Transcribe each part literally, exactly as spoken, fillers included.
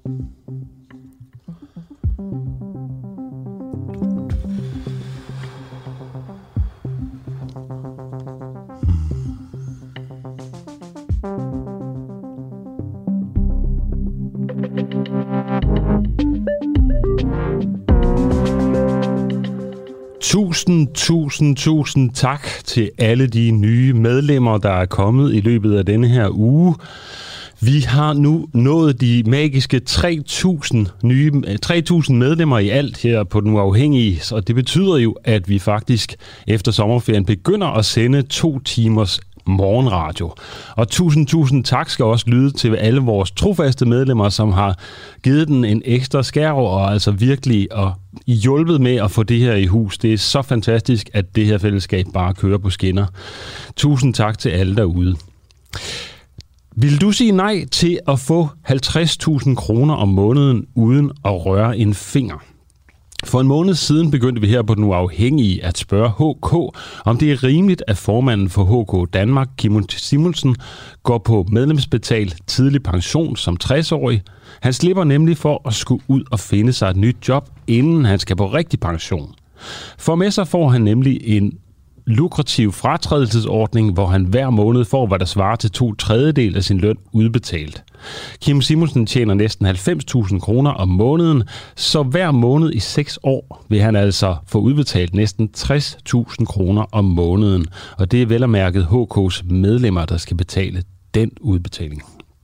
Tusind, tusind, tusind tak til alle de nye medlemmer, der er kommet i løbet af denne her uge. Vi har nu nået de magiske tre tusind nye tre tusind medlemmer i alt her på Den Uafhængige, og det betyder jo, at vi faktisk efter sommerferien begynder at sende to timers morgenradio. Og tusind, tusind tak skal også lyde til alle vores trofaste medlemmer, som har givet den en ekstra skærv og altså virkelig og hjulpet med at få det her i hus. Det er så fantastisk, at det her fællesskab bare kører på skinner. Tusind tak til alle derude. Vil du sige nej til at få halvtreds tusind kroner om måneden uden at røre en finger? For en måned siden begyndte vi her på Den Uafhængige at spørge H K, om det er rimeligt, at formanden for H K Danmark, Kim Simonsen, går på medlemsbetalt tidlig pension som tres-årig. Han slipper nemlig for at skulle ud og finde sig et nyt job, inden han skal på rigtig pension. For med sig får han nemlig en lukrativ fratrædelsesordning, hvor han hver måned får, hvad der svarer til to tredjedel af sin løn udbetalt. Kim Simonsen tjener næsten halvfems tusind kroner om måneden, så hver måned i seks år vil han altså få udbetalt næsten tres tusind kroner om måneden. Og det er vel at mærket H K's medlemmer, der skal betale den udbetaling.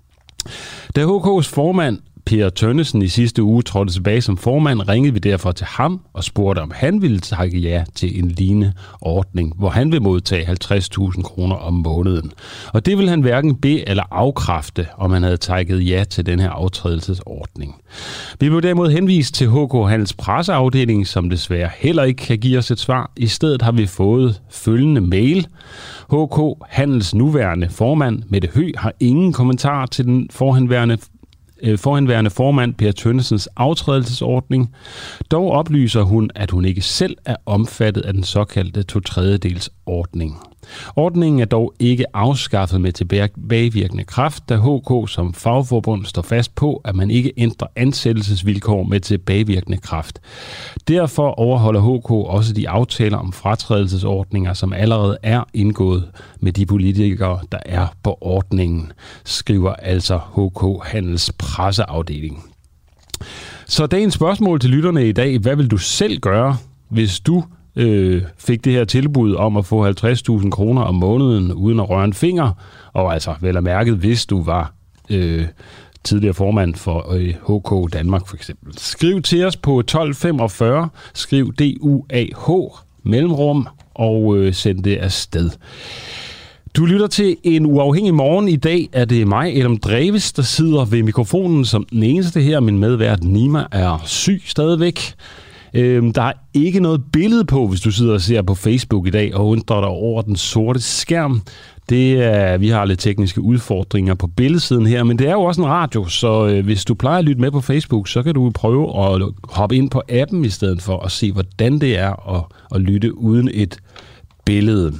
Da H K's formand Per Tønnesen i sidste uge trådte tilbage som formand, ringede vi derfor til ham og spurgte, om han ville takke ja til en lignende ordning, hvor han vil modtage halvtreds tusind kroner om måneden. Og det vil han hverken be- eller afkræfte, om han havde takket ja til den her aftrædelsesordning. Vi blev derimod henvist til H K Handels presseafdeling, som desværre heller ikke kan give os et svar. I stedet har vi fået følgende mail. H K Handels nuværende formand, Mette Høgh, har ingen kommentar til den forhenværende forhenværende formand Per Tønnesens aftrædelsesordning. Dog oplyser hun, at hun ikke selv er omfattet af den såkaldte to tredjedels ordning. Ordningen er dog ikke afskaffet med tilbagevirkende kraft, da H K som fagforbund står fast på, at man ikke ændrer ansættelsesvilkår med tilbagevirkende kraft. Derfor overholder H K også de aftaler om fratrædelsesordninger, som allerede er indgået med de politikere, der er på ordningen, skriver altså H K Handels presseafdeling. Så dagens spørgsmål til lytterne i dag: hvad vil du selv gøre, hvis du Øh, fik det her tilbud om at få halvtreds tusind kroner om måneden uden at røre en finger, og altså vel at mærket, hvis du var øh, tidligere formand for øh, H K Danmark for eksempel. Skriv til os på tolv femogfyrre, skriv D U A H mellemrum og øh, send det afsted. Du lytter til En Uafhængig Morgen. I dag er det mig, Adam Dreves, der sidder ved mikrofonen som den eneste her. Min medvært Nima er syg stadigvæk. Øhm, der er ikke noget billede på, hvis du sidder og ser på Facebook i dag og undrer dig over den sorte skærm. Det er, vi har lidt tekniske udfordringer på billedsiden her, men det er jo også en radio, så øh, hvis du plejer at lytte med på Facebook, så kan du prøve at hoppe ind på appen i stedet for at se, hvordan det er at, at lytte uden et billede.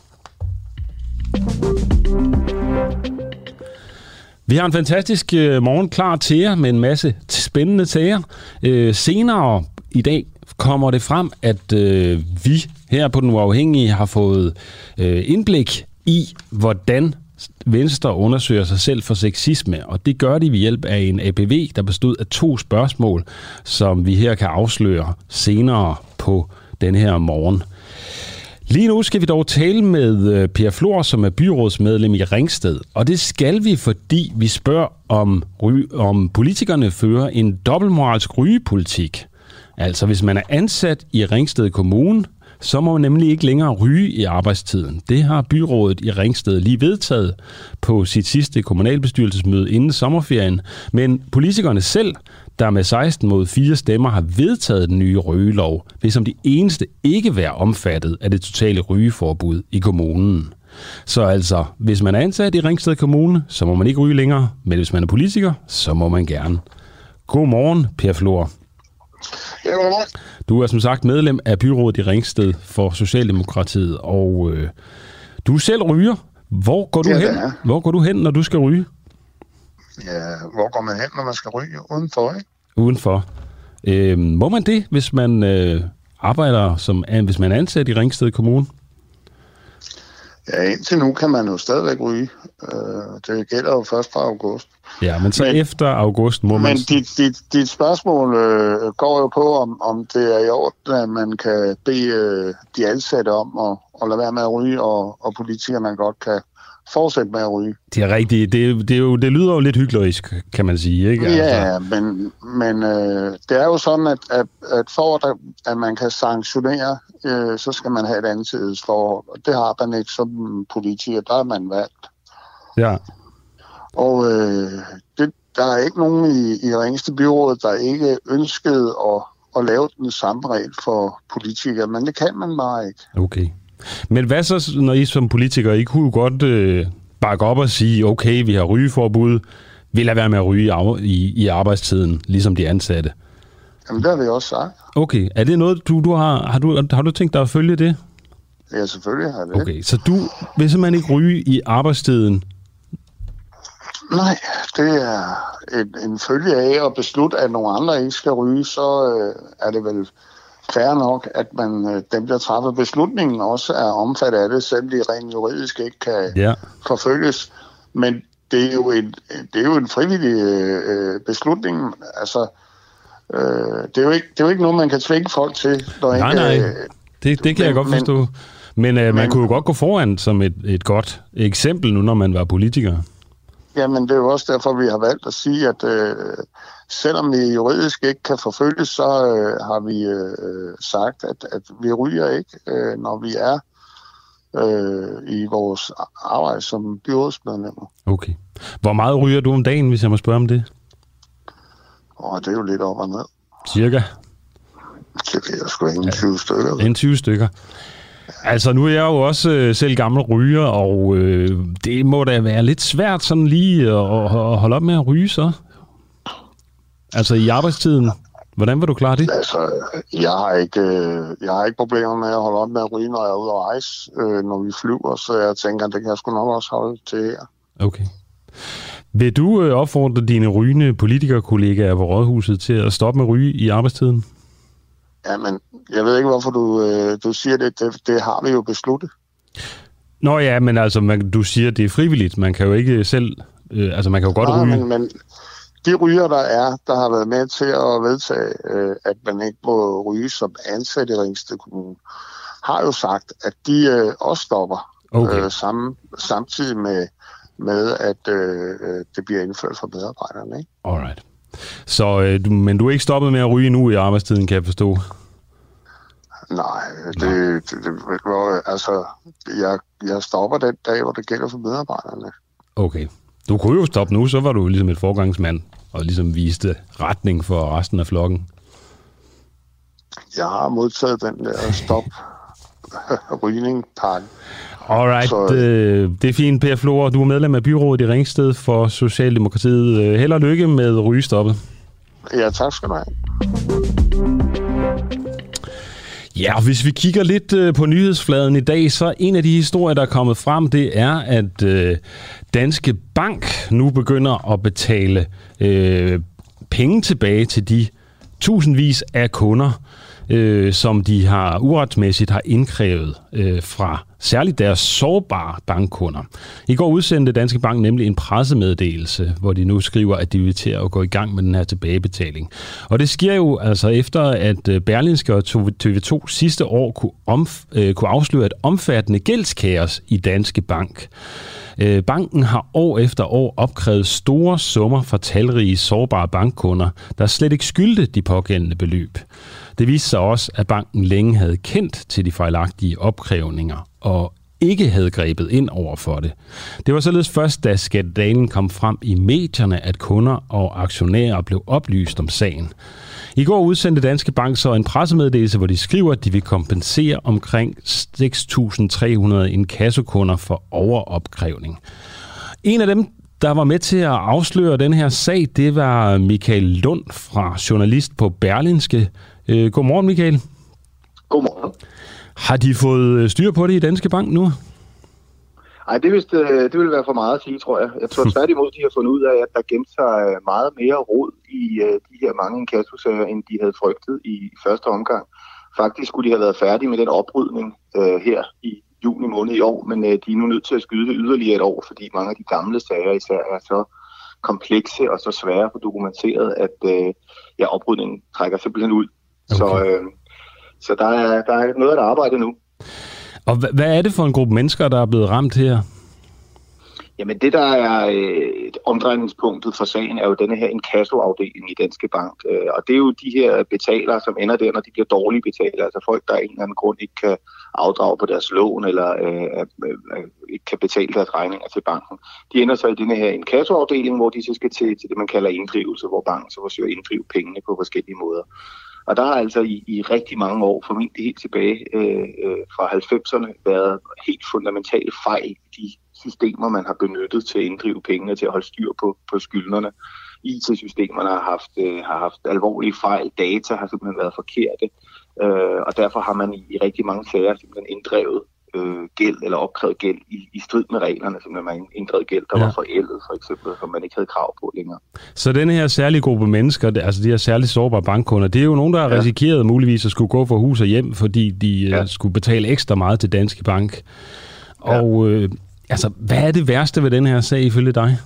Vi har en fantastisk øh, morgen klar til jer med en masse spændende sager. Øh, senere i dag kommer det frem, at øh, vi her på Den Uafhængige har fået øh, indblik i, hvordan Venstre undersøger sig selv for sexisme, og det gør de ved hjælp af en A P V, der bestod af to spørgsmål, som vi her kan afsløre senere på denne her morgen. Lige nu skal vi dog tale med Per Flor, som er byrådsmedlem i Ringsted. Og det skal vi, fordi vi spørger, om, om politikerne fører en dobbeltmoralsk rygepolitik. Altså, hvis man er ansat i Ringsted Kommune, så må man nemlig ikke længere ryge i arbejdstiden. Det har byrådet i Ringsted lige vedtaget på sit sidste kommunalbestyrelsesmøde inden sommerferien. Men politikerne selv, der med seksten mod fire stemmer har vedtaget den nye rygelov, vil som de eneste ikke være omfattet af det totale rygeforbud i kommunen. Så altså, hvis man er ansat i Ringsted Kommune, så må man ikke ryge længere, men hvis man er politiker, så må man gerne. God morgen, Per Flor. Ja, godmorgen. Du er som sagt medlem af byrådet i Ringsted for Socialdemokratiet, og øh, du selv ryger. Hvor går du ja, hen? Hvor går du hen, når du skal ryge? Ja, hvor går man hen, når man skal ryge? Udenfor, ikke? Udenfor. Øh, må man det, hvis man øh, arbejder som, hvis man er ansat i Ringsted Kommune? Ja, indtil nu kan man jo stadigvæk ryge. Det gælder jo først fra august. Ja, men så men, efter august må man... Men dit, dit, dit spørgsmål øh, går jo på, om, om det er i orden, at man kan bede øh, de ansatte om at, at lade være med at ryge, og, og politikerne godt kan fortsætte med at ryge. Det er rigtigt. Det, det, er jo, det lyder jo lidt hyklerisk, kan man sige, ikke? Ja, altså. men, men øh, det er jo sådan, at, at, at for at, at man kan sanktionere, øh, så skal man have et ansættelsesforhold. Og det har man ikke som politiker. Der er man valgt. Ja. Og øh, det, der er ikke nogen i, i Ringsted Byråd, der ikke ønskede at, at lave den samme regel for politikere, men det kan man bare ikke. Okay. Men hvad så, når I som politikere, I kunne jo godt øh, bakke op og sige, okay, vi har rygeforbud, vi lader være med at ryge i, i arbejdstiden, ligesom de ansatte? Jamen, det har vi også sagt. Okay. Er det noget, du, du har, har du, har du tænkt dig at følge det? Ja, selvfølgelig har det. Okay, så du vil simpelthen ikke ryge i arbejdstiden? Nej, det er en, en følge af at beslutte, at nogle andre ikke skal ryge, så øh, er det vel fair nok, at man, øh, dem, der træffer beslutningen, også er omfattet af det, selvom de rent juridisk ikke kan ja. forfølges. Men det er jo en, det er jo en frivillig øh, beslutning. Altså, øh, det, er jo ikke, det er jo ikke noget, man kan tvinge folk til. Nej, ikke, nej. Øh, det, det kan men, jeg godt forstå. Men, men, øh, man men, kunne jo godt gå foran som et, et godt eksempel nu, når man var politiker. Jamen, det er jo også derfor, vi har valgt at sige, at øh, selvom vi juridisk ikke kan forfølges, så øh, har vi øh, sagt, at, at vi ryger ikke, øh, når vi er øh, i vores arbejde som byrådsmedlemmer. Okay. Hvor meget ryger du om dagen, hvis jeg må spørge om det? Åh, det er jo lidt op og ned. Cirka? Det ved jeg sgu ikke, tyve stykker. En tyve stykker. Altså, nu er jeg jo også øh, selv gammel ryger, og øh, det må da være lidt svært sådan lige at, at holde op med at ryge så. Altså i arbejdstiden. Hvordan vil du klare det? Altså, jeg har ikke, øh, jeg har ikke problemer med at holde op med at ryge, når jeg er ude at rejse, øh, når vi flyver, så jeg tænker, at det kan jeg sgu nok også holde til her. Okay. Vil du øh, opfordre dine rygende politikerkollegaer på Rådhuset til at stoppe med at ryge i arbejdstiden? Jamen, jeg ved ikke, hvorfor du, øh, du siger det. det. Det har vi jo besluttet. Nå ja, men altså, man, du siger, det er frivilligt. Man kan jo ikke selv... Øh, altså, man kan jo godt Nej, ryge. Men, men de ryger, der er, der har været med til at vedtage, øh, at man ikke må ryge som ansat i Ringsted Kommune, har jo sagt, at de øh, også stopper okay. øh, sammen, samtidig med, med at øh, det bliver indført for medarbejderne. Ikke? Alright. Så, øh, du, men du er ikke stoppet med at ryge nu i arbejdstiden, kan jeg forstå? Nej, det, det, det, det altså, jeg, jeg stopper den dag, hvor det gælder for medarbejderne. Okay. Du kunne jo stoppe nu, så var du ligesom et forgangsmand, og ligesom viste retning for resten af flokken. Jeg har modtaget den der stop-rygning-pakke. Alright, så, øh, det er fint, Per Flor. Du er medlem af byrådet i Ringsted for Socialdemokratiet. Held og lykke med rygestoppet. Ja, tak skal du have. Ja, og hvis vi kigger lidt øh, på nyhedsfladen i dag, så en af de historier, der er kommet frem, det er, at øh, Danske Bank nu begynder at betale øh, penge tilbage til de tusindvis af kunder, øh, som de har uretmæssigt har indkrævet øh, fra særligt deres sårbare bankkunder. I går udsendte Danske Bank nemlig en pressemeddelelse, hvor de nu skriver, at de vil til at gå i gang med den her tilbagebetaling. Og det sker jo altså efter, at Berlingske og T V to sidste år kunne, omf- øh, kunne afsløre et omfattende gældskaos i Danske Bank. Øh, banken har år efter år opkrævet store summer fra talrige sårbare bankkunder, der slet ikke skyldte de pågældende beløb. Det viste sig også, at banken længe havde kendt til de fejlagtige opkrævninger og ikke havde grebet ind over for det. Det var således først, da skandalen kom frem i medierne, at kunder og aktionærer blev oplyst om sagen. I går udsendte Danske Bank så en pressemeddelelse, hvor de skriver, at de vil kompensere omkring seks tusind tre hundrede inkassokunder for overopkrævning. En af dem, der var med til at afsløre den her sag, det var Michael Lund fra journalist på Berlingske. Godmorgen, Michael. Godmorgen. Har de fået styr på det i Danske Bank nu? Ej, det, vist, det vil være for meget at sige, tror jeg. Jeg tror tværtimod, de har fundet ud af, at der gemte sig meget mere rod i de her mange inkassosager, end de havde frygtet i første omgang. Faktisk skulle de have været færdige med den oprydning øh, her i juni måned i år, men øh, de er nu nødt til at skyde det yderligere et år, fordi mange af de gamle sager især er så komplekse og så svære at få dokumenteret, at øh, ja, oprydningen trækker simpelthen ud. Okay. Så, øh, så der, er, der er noget at arbejde nu. Og h- hvad er det for en gruppe mennesker, der er blevet ramt her? Jamen det, der er øh, omdrejningspunktet for sagen, er jo denne her inkassoafdeling i Danske Bank. Øh, og det er jo de her betalere, som ender der, når de bliver dårlige betalere. Altså folk, der af en eller anden grund ikke kan afdrage på deres lån, eller øh, øh, ikke kan betale deres regninger til banken. De ender så i denne her inkassoafdeling, hvor de så skal til, til det, man kalder inddrivelse, hvor banken så forsøger at inddrive pengene på forskellige måder. Og der har altså i, i rigtig mange år, formentlig helt tilbage øh, øh, fra halvfemserne, været helt fundamentale fejl i de systemer, man har benyttet til at inddrive pengene, til at holde styr på, på skyldnerne. I T-systemerne har haft, øh, har haft alvorlige fejl, data har simpelthen været forkerte, øh, og derfor har man i, i rigtig mange sager simpelthen inddrevet øh, gæld eller opkrævet gæld i, i strid med reglerne, simpelthen man inddrevet gæld, der ja. var forældet for eksempel, som man ikke havde krav på længere. Så denne her særlige gruppe mennesker, altså de her særligt sårbare bankkunder, det er jo nogen, der har ja. risikeret muligvis at skulle gå fra hus og hjem, fordi de ja. øh, skulle betale ekstra meget til Danske Bank. Ja. Og øh, altså, hvad er det værste ved den her sag ifølge dig?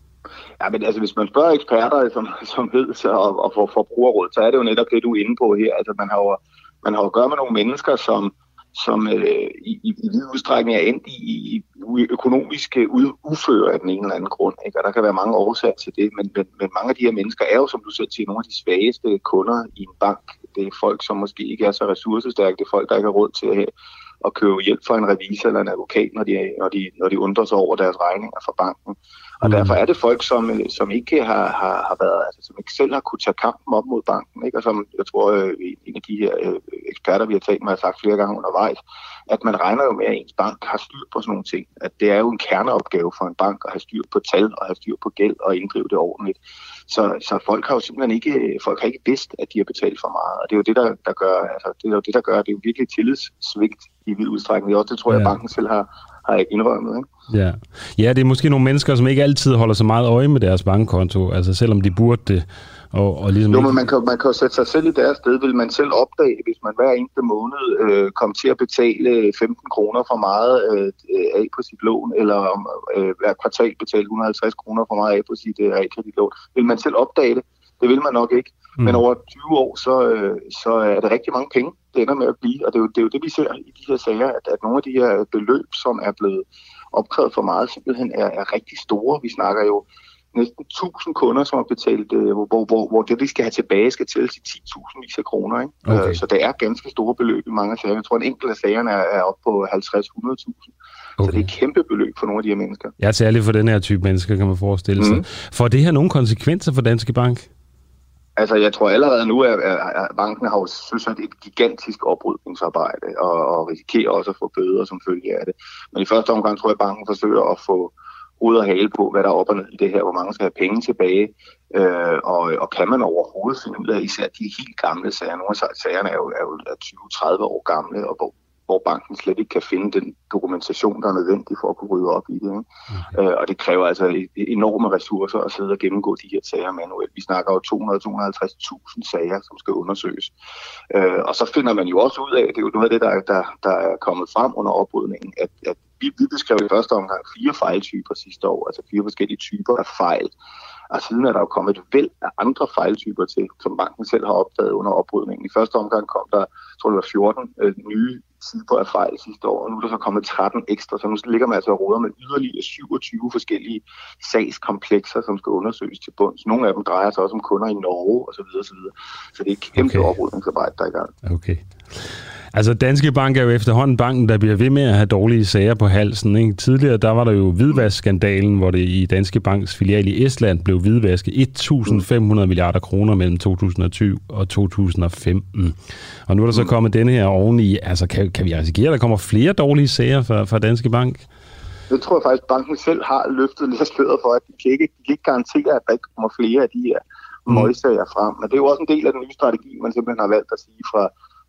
Ja, men altså, hvis man spørger eksperter, som, som ved sig og, og for forbrugerråd, så er det jo netop det, du er inde på her. Altså, man har jo, man har jo at gøre med nogle mennesker, som, som øh, i, i, i vid udstrækning er endt i, i økonomiske uføre af den ene eller anden grund. Ikke? Og der kan være mange årsager til det, men, men, men mange af de her mennesker er jo, som du selv siger, nogle af de svageste kunder i en bank. Det er folk, som måske ikke er så ressourcestærke. Det er folk, der ikke har råd til at have at købe hjælp fra en revisor eller en advokat, når de, når de, når de undrer sig over deres regninger fra banken. Og mm. derfor er det folk, som, som ikke har, har, har været, altså som ikke selv har kunne tage kampen op mod banken, ikke? Og som jeg tror, øh, en af de her øh, eksperter, vi har talt med, har sagt flere gange undervejs, at man regner jo med, at ens bank har styr på sådan nogle ting. At det er jo en kerneopgave for en bank at have styr på tal og have styr på gæld og inddrive det ordentligt. Så, så folk har jo simpelthen ikke, folk har ikke vidst, at de har betalt for meget. Og det er jo det, der, der gør, altså det er jo det, der gør, det er jo virkelig tillidssvigt i vid udstrækning. Og det tror jeg, ja. banken selv har, har ikke indrømmet. Ikke? Ja. ja, det er måske nogle mennesker, som ikke altid holder så meget øje med deres bankkonto, altså selvom de burde det. Og, og ligesom jo, ikke... men man kan, man kan jo sætte sig selv i deres sted, vil man selv opdage, hvis man hver eneste måned øh, kommer til at betale femten kroner for meget øh, af på sit lån, eller om øh, hver kvartal betale et hundrede og halvtreds kroner for meget af på sit øh, realkreditlån. Vil man selv opdage det? Det vil man nok ikke. Mm. Men over tyve år, så, øh, så er det rigtig mange penge, det ender med at blive. Og det er jo det, er jo det vi ser i de her sager, at, at nogle af de her beløb, som er blevet opkrævet for meget, simpelthen er, er rigtig store. Vi snakker jo næsten tusind kunder, som har betalt, øh, hvor, hvor, hvor det, de skal have tilbage, skal tælle til ti tusind vis af kroner. Ikke? Okay. Øh, så det er ganske store beløb i mange af sagerne. Jeg tror, en enkelt af sagerne er, er oppe på halvtreds til hundrede tusind. Okay. Så det er et kæmpe beløb for nogle af de her mennesker. Ja, særligt for den her type mennesker, kan man forestille sig. Mm. Får det her nogle konsekvenser for Danske Bank? Altså, jeg tror allerede nu, at, at banken har jo søsat et gigantisk oprydningsarbejde, og, og risikerer også at få bøder som følge af det. Men i første omgang tror jeg, at banken forsøger at få hoved og hale på, hvad der er op og ned i det her, hvor mange skal have penge tilbage, øh, og, og kan man overhovedet finde ud af især de helt gamle sager. Nogle af sagerne er jo, er jo tyve til tredive år gamle, og hvor, hvor banken slet ikke kan finde den dokumentation, der er nødvendig for at kunne rydde op i det. Ikke? Okay. Øh, og det kræver altså enorme ressourcer at sidde og gennemgå de her sager manuelt. Vi snakker jo to hundrede til to hundrede og halvtreds tusind sager, som skal undersøges. Øh, og så finder man jo også ud af, det er jo noget af det, der, der, der er kommet frem under oprydningen, at, at vi, vi beskrev i første omgang fire fejltyper sidste år, altså fire forskellige typer af fejl. Og siden er der jo kommet et væld af andre fejltyper til, som banken selv har opdaget under oprydningen. I første omgang kom der, jeg tror det var fjorten øh, nye typer af fejl sidste år, og nu er der så kommet tretten ekstra, så nu ligger man altså og roder med yderligere syvogtyve forskellige sagskomplekser, som skal undersøges til bunds. Nogle af dem drejer sig også om kunder i Norge osv. osv. Så det er et kæmpe okay. oprydningsarbejde, der er i gang. Okay. Altså Danske Bank er jo efterhånden banken, der bliver ved med at have dårlige sager på halsen. Ikke? Tidligere der var der jo hvidvaskskandalen, hvor det i Danske Banks filial i Estland blev hvidvasket et tusind fem hundrede milliarder kroner mellem to tusind og tyve og to tusind og femten. Og nu er der så kommet denne her oveni. Altså kan, kan vi risikere, at der kommer flere dårlige sager fra, fra Danske Bank? Det tror jeg faktisk, banken selv har løftet lidt sløret for, at de kan ikke, de kan ikke garantere, at der ikke kommer flere af de her møgsager frem. Men det er jo også en del af den nye strategi, man simpelthen har valgt at sige fra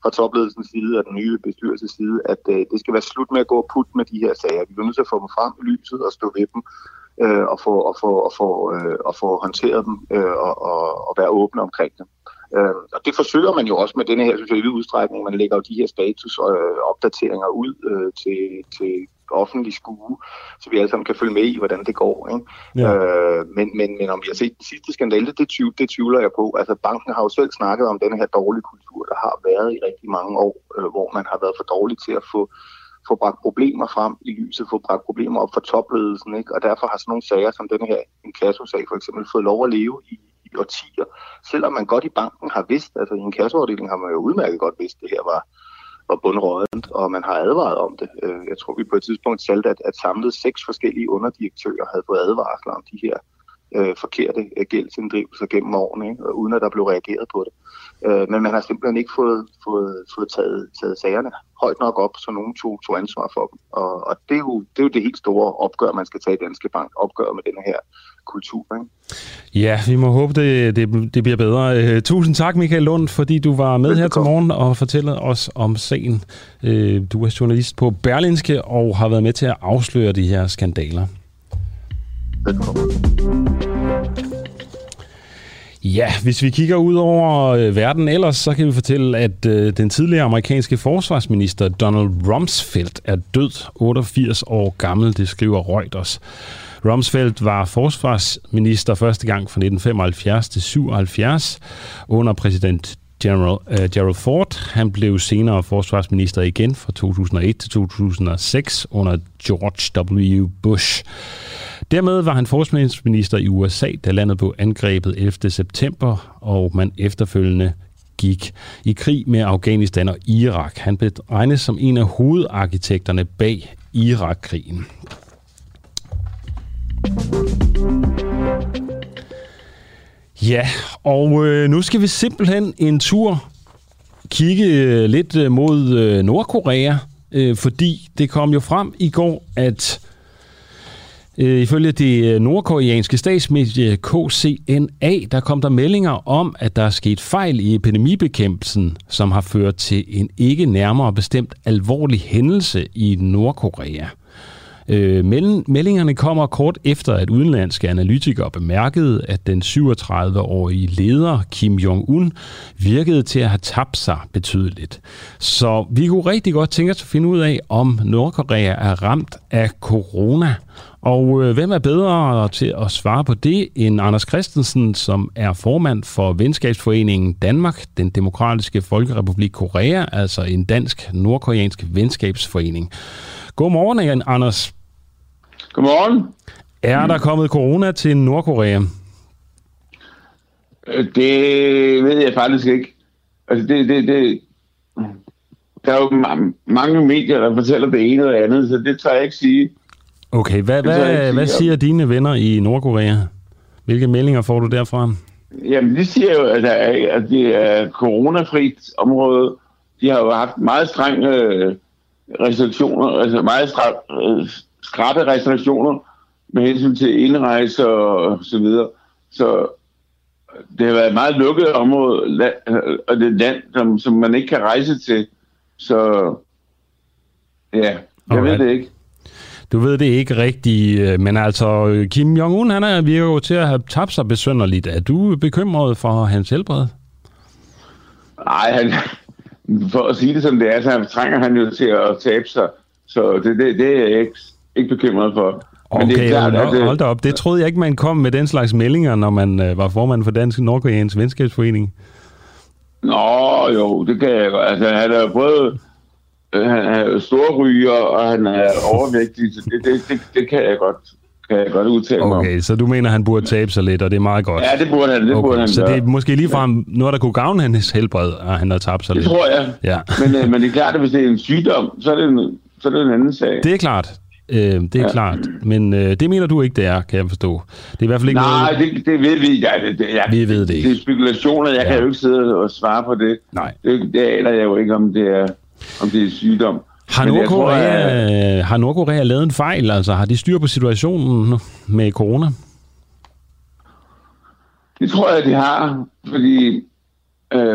fra topledelsens side og den nye bestyrelses side, at øh, det skal være slut med at gå og putte med de her sager. Vi er nødt til at få dem frem i lyset og stå ved dem øh, og, få, og, få, og, få, øh, og få håndteret dem øh, og, og, og være åbne omkring dem. Øh, og det forsøger man jo også med denne her sociale udstrækning. Man lægger jo de her status og øh, opdateringer ud øh, til, til offentlig skue, så vi alle sammen kan følge med i, hvordan det går. Ikke? Ja. Øh, men, men, men om vi har set den sidste skandale, det, tvivl, det tvivler jeg på. Altså banken har jo selv snakket om den her dårlige kultur, der har været i rigtig mange år, øh, hvor man har været for dårlig til at få, få bragt problemer frem i lyset, få bragt problemer op for topledelsen. Ikke? Og derfor har sådan nogle sager som denne her inkasso-sag for eksempel fået lov at leve i, i årtier. Selvom man godt i banken har vidst, altså i inkassoafdelingen har man jo udmærket godt vidst, det her var var bundrådent, og man har advaret om det. Jeg tror, vi på et tidspunkt talte, at, at samlet seks forskellige underdirektører havde fået advarsler om de her øh, forkerte øh, gældsinddrivelser gennem årene, ikke? Uden at der blev reageret på det. Øh, men man har simpelthen ikke fået, fået, fået taget, taget sagerne højt nok op, så nogen tog, tog ansvar for dem. Og, og det, er jo, det er jo det helt store opgør, man skal tage i Danske Bank. Opgør med denne her kultur, ikke? Ja, vi må håbe, det, det, det bliver bedre. Uh, tusind tak, Michael Lund, fordi du var med her til morgen og fortæller os om sagen. Uh, du er journalist på Berlingske og har været med til at afsløre de her skandaler. Velkommen. Ja, hvis vi kigger ud over øh, verden ellers, så kan vi fortælle, at øh, den tidligere amerikanske forsvarsminister Donald Rumsfeld er død, otteogfirs år gammel, det skriver Reuters. Rumsfeld var forsvarsminister første gang fra nitten femoghalvfjerds til syvoghalvfjerds under præsident General, uh, Gerald Ford. Han blev senere forsvarsminister igen fra to tusind og et til to tusind og seks under George W. Bush. Dermed var han forsvarsminister i U S A, da landet blev angrebet ellevte september, og man efterfølgende gik i krig med Afghanistan og Irak. Han blev regnet som en af hovedarkitekterne bag Irak-krigen. Ja, og øh, nu skal vi simpelthen en tur kigge øh, lidt øh, mod øh, Nordkorea, øh, fordi det kom jo frem i går, at øh, ifølge det nordkoreanske statsmedie K C N A, der kom der meldinger om, at der er sket fejl i epidemibekæmpelsen, som har ført til en ikke nærmere bestemt alvorlig hændelse i Nordkorea. Øh, meldingerne kommer kort efter, at udenlandske analytikere bemærkede, at den syvogtredive-årige leder Kim Jong-un virkede til at have tabt sig betydeligt. Så vi kunne rigtig godt tænke os at finde ud af, om Nordkorea er ramt af corona. Og øh, hvem er bedre til at svare på det end Anders Christensen, som er formand for Venskabsforeningen Danmark, den Demokratiske Folkerepublik Korea, altså en dansk-nordkoreansk venskabsforening. Godmorgen, Anders. Godmorgen. Er der kommet corona til Nordkorea? Det ved jeg faktisk ikke. Altså det, det, det, der er jo mange medier, der fortæller det ene eller andet, så det tør jeg ikke sige. Okay, hvad, hvad, sige, hvad siger dine venner i Nordkorea? Hvilke meldinger får du derfra? Jamen, de siger jo, at, at det er coronafrit område. De har jo haft meget strenge restriktioner, altså meget skrappe restriktioner med hensyn til indrejse og så videre. Så det har været et meget lukket område, og det er et land, som, som man ikke kan rejse til. Så ja, jeg okay. ved det ikke. Du ved det ikke rigtigt, men altså Kim Jong-un, han er virker jo til at have tabt sig besynderligt. Er du bekymret for hans helbred? Nej, han, for at sige det som det er, så trænger han jo til at tabe sig. Så det, det, det er jeg ikke, ikke bekymret for. Okay, men det er klart, at det, hold da op. Det troede jeg ikke, man kom med den slags meldinger, når man øh, var formand for Dansk Nordkoreansk Venskabsforening. Nå jo, det kan jeg godt. Altså, han er jo både han er storryger, og han er overvægtig, så det, det, det, det kan jeg godt, kan jeg godt udtale mig om. Okay, så du mener, han burde tabe sig lidt, og det er meget godt? Ja, det burde han, det okay, burde han Så det er måske ligefrem noget, der kunne gavne hans helbred, at han har tabt sig det lidt? Det tror jeg, ja. men, øh, men det er klart, at hvis det er en sygdom, så er det en, så er det en anden sag. Det er klart. Øh, det er ja. klart. Men øh, det mener du ikke, det er, kan jeg forstå. Det er i hvert fald ikke Nej, noget... det, det ved vi. Ja, det, det, ja, vi ved det ikke. Det er spekulationer. Jeg ja. kan jo ikke sidde og svare på det. Nej. Det, det aner jeg jo ikke, om det er, om det er sygdom. Har Nordkorea, tror, jeg... har Nordkorea lavet en fejl? Altså, har de styr på situationen med corona? Det tror jeg, de har. Fordi øh,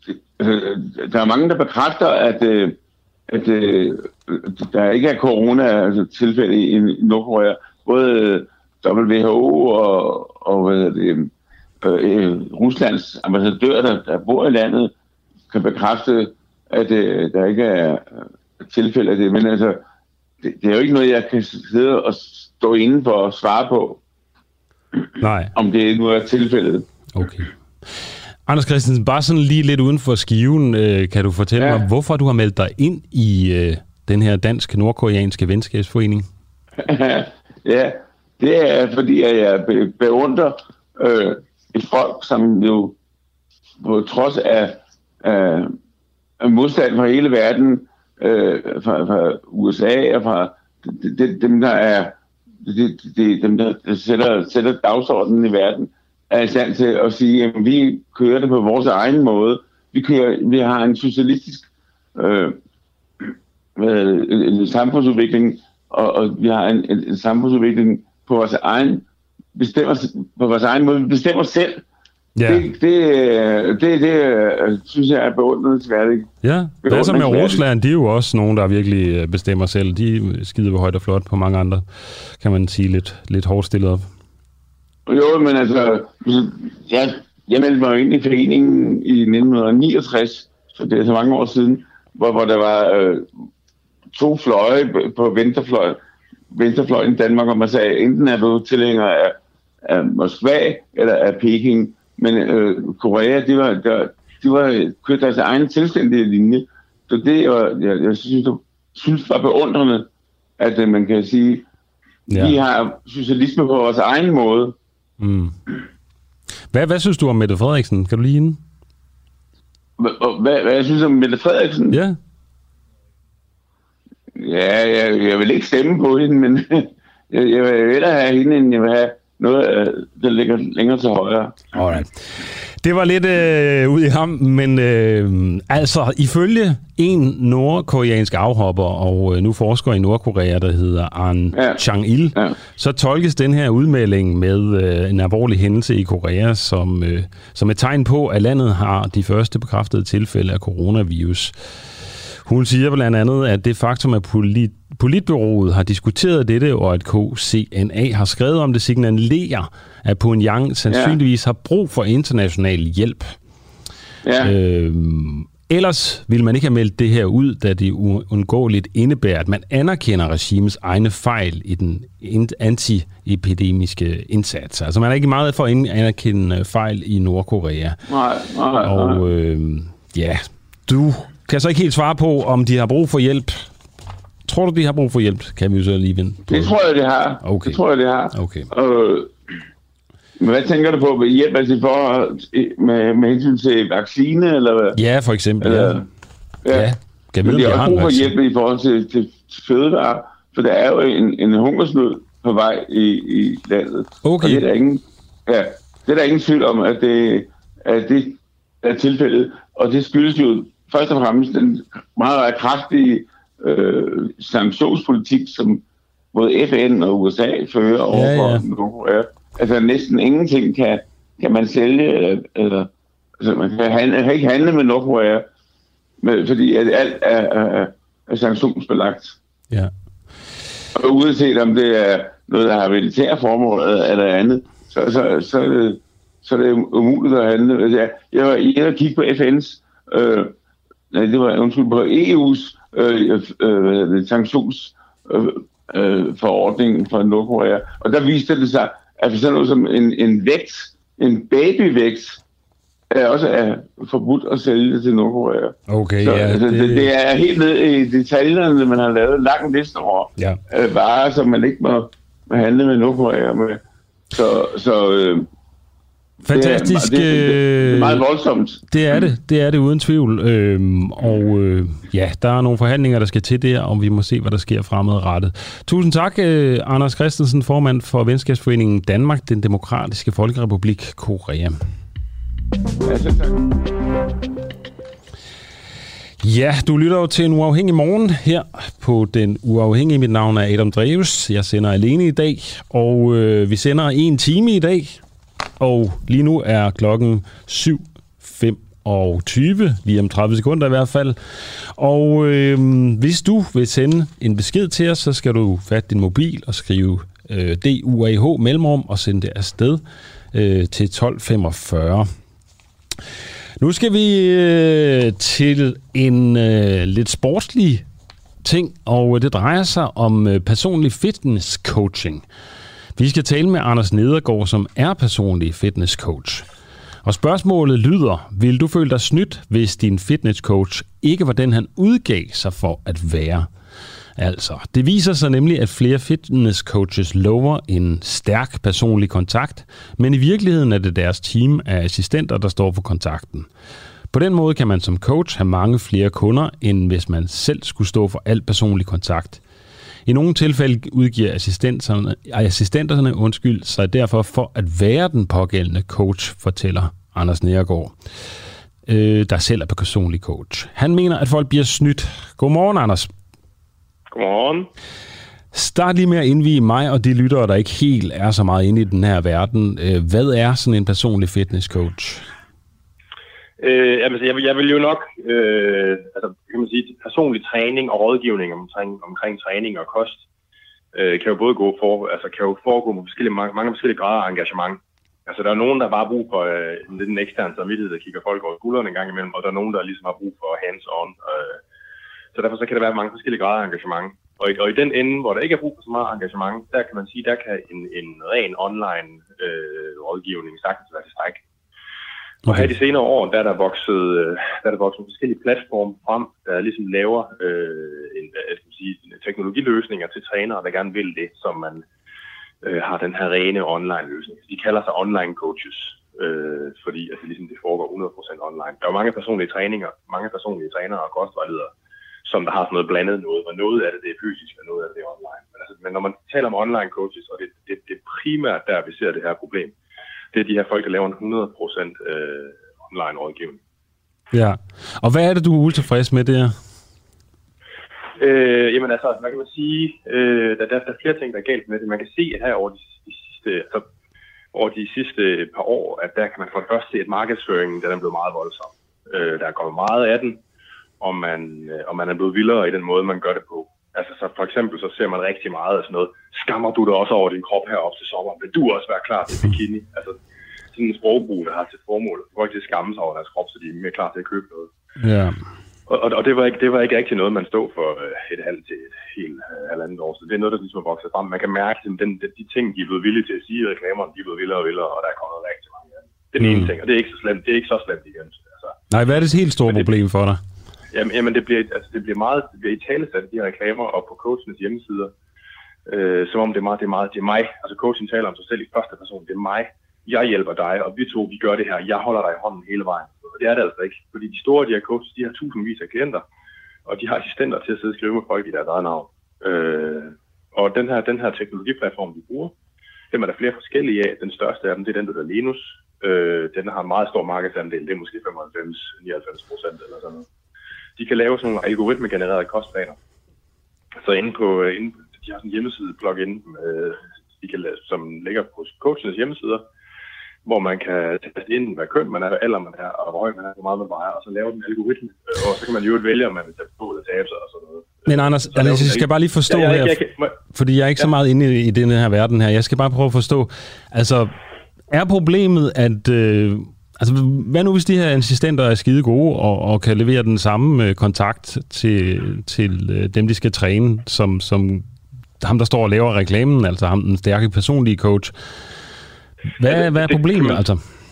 øh, der er mange, der bekræfter, at, øh, at øh, der ikke er corona-tilfælde i Nordkorea. Både W H O og, og hvad det, øh, Ruslands ambassadør, der, der bor i landet, kan bekræfte, at øh, der ikke er tilfælde af det. Men altså, det, det er jo ikke noget, jeg kan sidde og stå inden for at svare på. Nej. Om det nu er tilfældet. Okay. Anders Christensen, bare sådan lige lidt uden for skiven, øh, kan du fortælle ja. mig, hvorfor du har meldt dig ind i øh, den her dansk-nordkoreanske venskabsforening? Ja, det er fordi, at jeg beundrer øh, et folk, som jo på trods af, af, af modstand fra hele verden, øh, fra, fra U S A og fra de, de, dem, der er de, de, dem, der sætter, sætter dagsordenen i verden, er i stand til at sige, at vi kører det på vores egen måde. Vi, kører, vi har en socialistisk øh, en, en samfundsudvikling, og, og vi har en, en, en samfundsudvikling på vores egen bestemmer, på vores egen måde. Vi bestemmer selv. Ja. Det, det, det, det synes jeg er beundringsværdigt. Ja, det er som med Rusland, de er jo også nogen, der virkelig bestemmer selv. De skider på højt og flot på mange andre, kan man sige, lidt, lidt hårdt stillet op. Jo, men altså, jeg, jeg meldte mig ind i foreningen i nitten niogtres, så det er så mange år siden, hvor, hvor der var øh, to fløje på venstrefløjen, venstrefløjen i Danmark, og man sagde, enten er du tilhænger af, af Moskva eller af Peking, men øh, Korea, de var, der, de var kørt deres egen selvstændige linje, så det var, jeg, jeg synes, du synes var beundrende, at øh, man kan sige, ja. Vi har socialisme på vores egen måde. Mm. Hvad, hvad synes du om Mette Frederiksen? Kan du lige hende? Hvad, hvad, hvad jeg synes om Mette Frederiksen? Ja. Ja, jeg, jeg vil ikke stemme på hende, men jeg, jeg vil hellere have hende, end jeg vil have noget, der ligger længere til højre. Alright. Det var lidt øh, ud i ham, men øh, altså ifølge en nordkoreansk afhopper og øh, nu forsker i Nordkorea, der hedder Ahn ja. Chang-il, ja. så tolkes den her udmelding med øh, en alvorlig hændelse i Korea som, øh, som et tegn på, at landet har de første bekræftede tilfælde af coronavirus. Hun siger blandt andet, at det faktum, at polit, politbureauet har diskuteret dette, og at K C N A har skrevet om det, signalerer, at Pyongyang sandsynligvis ja. har brug for international hjælp. Ja. Øhm, ellers ville man ikke have meldt det her ud, da det uundgåeligt indebærer, at man anerkender regimets egne fejl i den anti-epidemiske indsats. Altså man er ikke meget for at anerkende fejl i Nordkorea. Nej, nej, nej. Og øh, ja, du kan så ikke helt svare på, om de har brug for hjælp. Tror du, de har brug for hjælp? Kan vi jo så lige vende på. Det tror jeg, de har. Okay. Det tror jeg, de har. Okay. Øh, men hvad tænker du på? Hjælp altså for, med, med hensyn til vaccine? Eller hvad? Ja, for eksempel. Eller, ja. ja. Kan vi men de har også brug for hjælp vaccine? I forhold til, til fødevarer. For der er jo en, en hungersnød på vej i, i landet. Okay. Og det er der ingen, ja, det er der ingen tvivl om, at det, at det er tilfældet. Og det skyldes jo først og fremmest den meget, meget kraftige øh, sanktionspolitik, som både F N og U S A fører over for ja, ja. Nordkorea. Altså næsten ingenting kan, kan man sælge, eller, eller altså man kan, handle, kan ikke handle med Nordkorea, med, fordi at alt er, er, er sanktionsbelagt. Ja. Og uanset om det er noget, der har militære formål eller, eller andet, så, så, så, er det, så er det umuligt at handle. Jeg, jeg var inde og kigge på F N's øh, nej, det var undskyld på E U's øh, øh, sanktionsforordning øh, for Nordkorea. Og der viste det sig, at sådan noget som en, en vægt, en babyvægt, er også er forbudt at sælge til Nordkorea. Okay, så, ja. Altså, det... Det, det er helt ned i detaljerne, man har lavet lang liste over ja. øh, varer, som man ikke må, må handle med Nordkorea med. Så, så øh, fantastisk. Det er, det, det, det er meget voldsomt. Det er det. Det er det uden tvivl. Øhm, og øh, ja, der er nogle forhandlinger, der skal til der, og vi må se, hvad der sker fremadrettet. Tusind tak, øh, Anders Christensen, formand for Venskabsforeningen Danmark, den Demokratiske Folkerepublik Korea. Ja, så tak. Ja, du lytter jo til En Uafhængig Morgen her på Den Uafhængige. Mit navn er Adam Dreves. Jeg sender alene i dag, og øh, vi sender en time i dag. Og lige nu er klokken syv og tyve, lige om tredive sekunder i hvert fald. Og øh, hvis du vil sende en besked til os, så skal du fatte din mobil og skrive øh, D U A H mellemrum og sende det afsted øh, til tolv femogfyrre. Nu skal vi øh, til en øh, lidt sportslig ting, og det drejer sig om øh, personlig fitness coaching. Vi skal tale med Anders Nedergaard, som er personlig fitness coach. Og spørgsmålet lyder, vil du føle dig snydt, hvis din fitness coach ikke var den, han udgav sig for at være? Altså, det viser sig nemlig, at flere fitness coaches lover en stærk personlig kontakt, men i virkeligheden er det deres team af assistenter, der står for kontakten. På den måde kan man som coach have mange flere kunder, end hvis man selv skulle stå for al personlig kontakt. I nogle tilfælde udgiver assistenterne, assistenterne undskyld, sig derfor for at være den pågældende coach, fortæller Anders Nedergaard, øh, der selv er personlig coach. Han mener, at folk bliver snydt. Godmorgen, Anders. Godmorgen. Start lige med at indvie mig og de lyttere, der ikke helt er så meget inde i den her verden. Hvad er sådan en personlig fitness coach? Øh, altså, jeg, vil, jeg vil jo nok, øh, altså, kan man sige, personlig træning og rådgivning omkring, omkring træning og kost, øh, kan jo både gå for, altså, kan jo foregå med forskellige, mange, mange forskellige grader af engagement. Altså, der er nogen, der bare har brug for øh, lidt en ekstern samvittighed, der kigger folk over skulderen en gang imellem, og der er nogen, der ligesom har brug for hands-on. Øh, så derfor så kan der være mange forskellige grader af engagement. Og i, og i den ende, hvor der ikke er brug for så meget engagement, der kan man sige, der kan en, en ren online øh, rådgivning sagtens være tilstrækkelig. Okay. Og her de senere år, der er der vokset, der er der vokset forskellige platforme frem, der ligesom laver øh, en, jeg skal sige, teknologiløsninger til trænere, der gerne vil det, som man øh, har den her rene online løsning. De kalder sig online coaches, øh, fordi altså, ligesom det foregår hundrede procent online. Der er mange personlige træninger, mange personlige trænere og kostvejledere, som der har sådan noget blandet noget, og noget af det, det er fysisk, og noget af det er online. Men, altså, men når man taler om online coaches, og det, det, det er primært der, vi ser det her problem, det er de her folk, der laver en hundrede procent øh, online rådgivning. Ja, og hvad er det, du er utilfreds med der? Øh, jamen altså, hvad kan man sige, øh, der, der, der er flere ting, der er galt med det. Man kan se, at her over de, de sidste, altså, over de sidste par år, at der kan man for det første se, at markedsføringen den er blevet meget voldsom. Øh, der er kommet meget af den, og man, øh, og man er blevet vildere i den måde, man gør det på. Altså, så for eksempel, så ser man rigtig meget af sådan noget, skammer du dig også over din krop her op til sommer, vil du også være klar til bikini? Altså, sådan en sprogbrug, der har til formål, at folk til at skamme sig over deres krop, så de er mere klar til at købe noget. Ja. Og, og, og det, var ikke, det var ikke rigtig noget, man stod for et halvt til et helt halvandet år, så det er noget, der ligesom er vokset frem. Man kan mærke, at den, de ting, de er blevet villige til at sige i reklamerne, de er blevet vildere og vildere, og der er kommet rigtig mange af dem. Det er den ene ting, og det er ikke så slemt, det er ikke så slemt igen. Altså. Nej, hvad er det helt store problem for dig? Jamen, jamen det, bliver, altså, det bliver meget, det bliver i talesat de her reklamer og på coachens hjemmesider, øh, som om det er meget, det er meget, det er mig. Altså coachen taler om sig selv i første person, det er mig, jeg hjælper dig, og vi to, vi gør det her, jeg holder dig i hånden hele vejen. Og det er det altså ikke, fordi de store, de her coaches, de har tusindvis af klienter, og de har assistenter til at sidde og skrive med folk i deres eget navn. Øh, og den her, den her teknologiplatform, vi bruger, dem er der flere forskellige af. Den største af dem, det er den, der hedder Linus. Øh, den har en meget stor markedsandel, det er måske femoghalvfems til nioghalvfems procent eller sådan noget. De kan lave sådan nogle algoritmegenererede kostplaner. Så inde på, inde, de har sådan en hjemmeside plug-in, øh, de kan lave, som ligger på coachens hjemmesider, hvor man kan taste ind, hvad køn man er, hvad alder man er, og hvor høj man er, hvor meget man vejer, og så lave den algoritme. Og så kan man jo vælge, om man vil tage på eller tabe sig og sådan noget. Men Anders, Anders jeg skal bare lige forstå ja, jeg, her, jeg, jeg, jeg, fordi jeg er ikke ja. så meget inde i, i den her verden her. Jeg skal bare prøve at forstå, altså, er problemet, at... Øh, Altså, hvad nu hvis de her assistenter er skide gode og, og kan levere den samme øh, kontakt til, til øh, dem, de skal træne, som, som ham, der står og laver reklamen, altså ham, den stærke personlige coach. Hvad, ja, det, hvad er problemet, det, altså?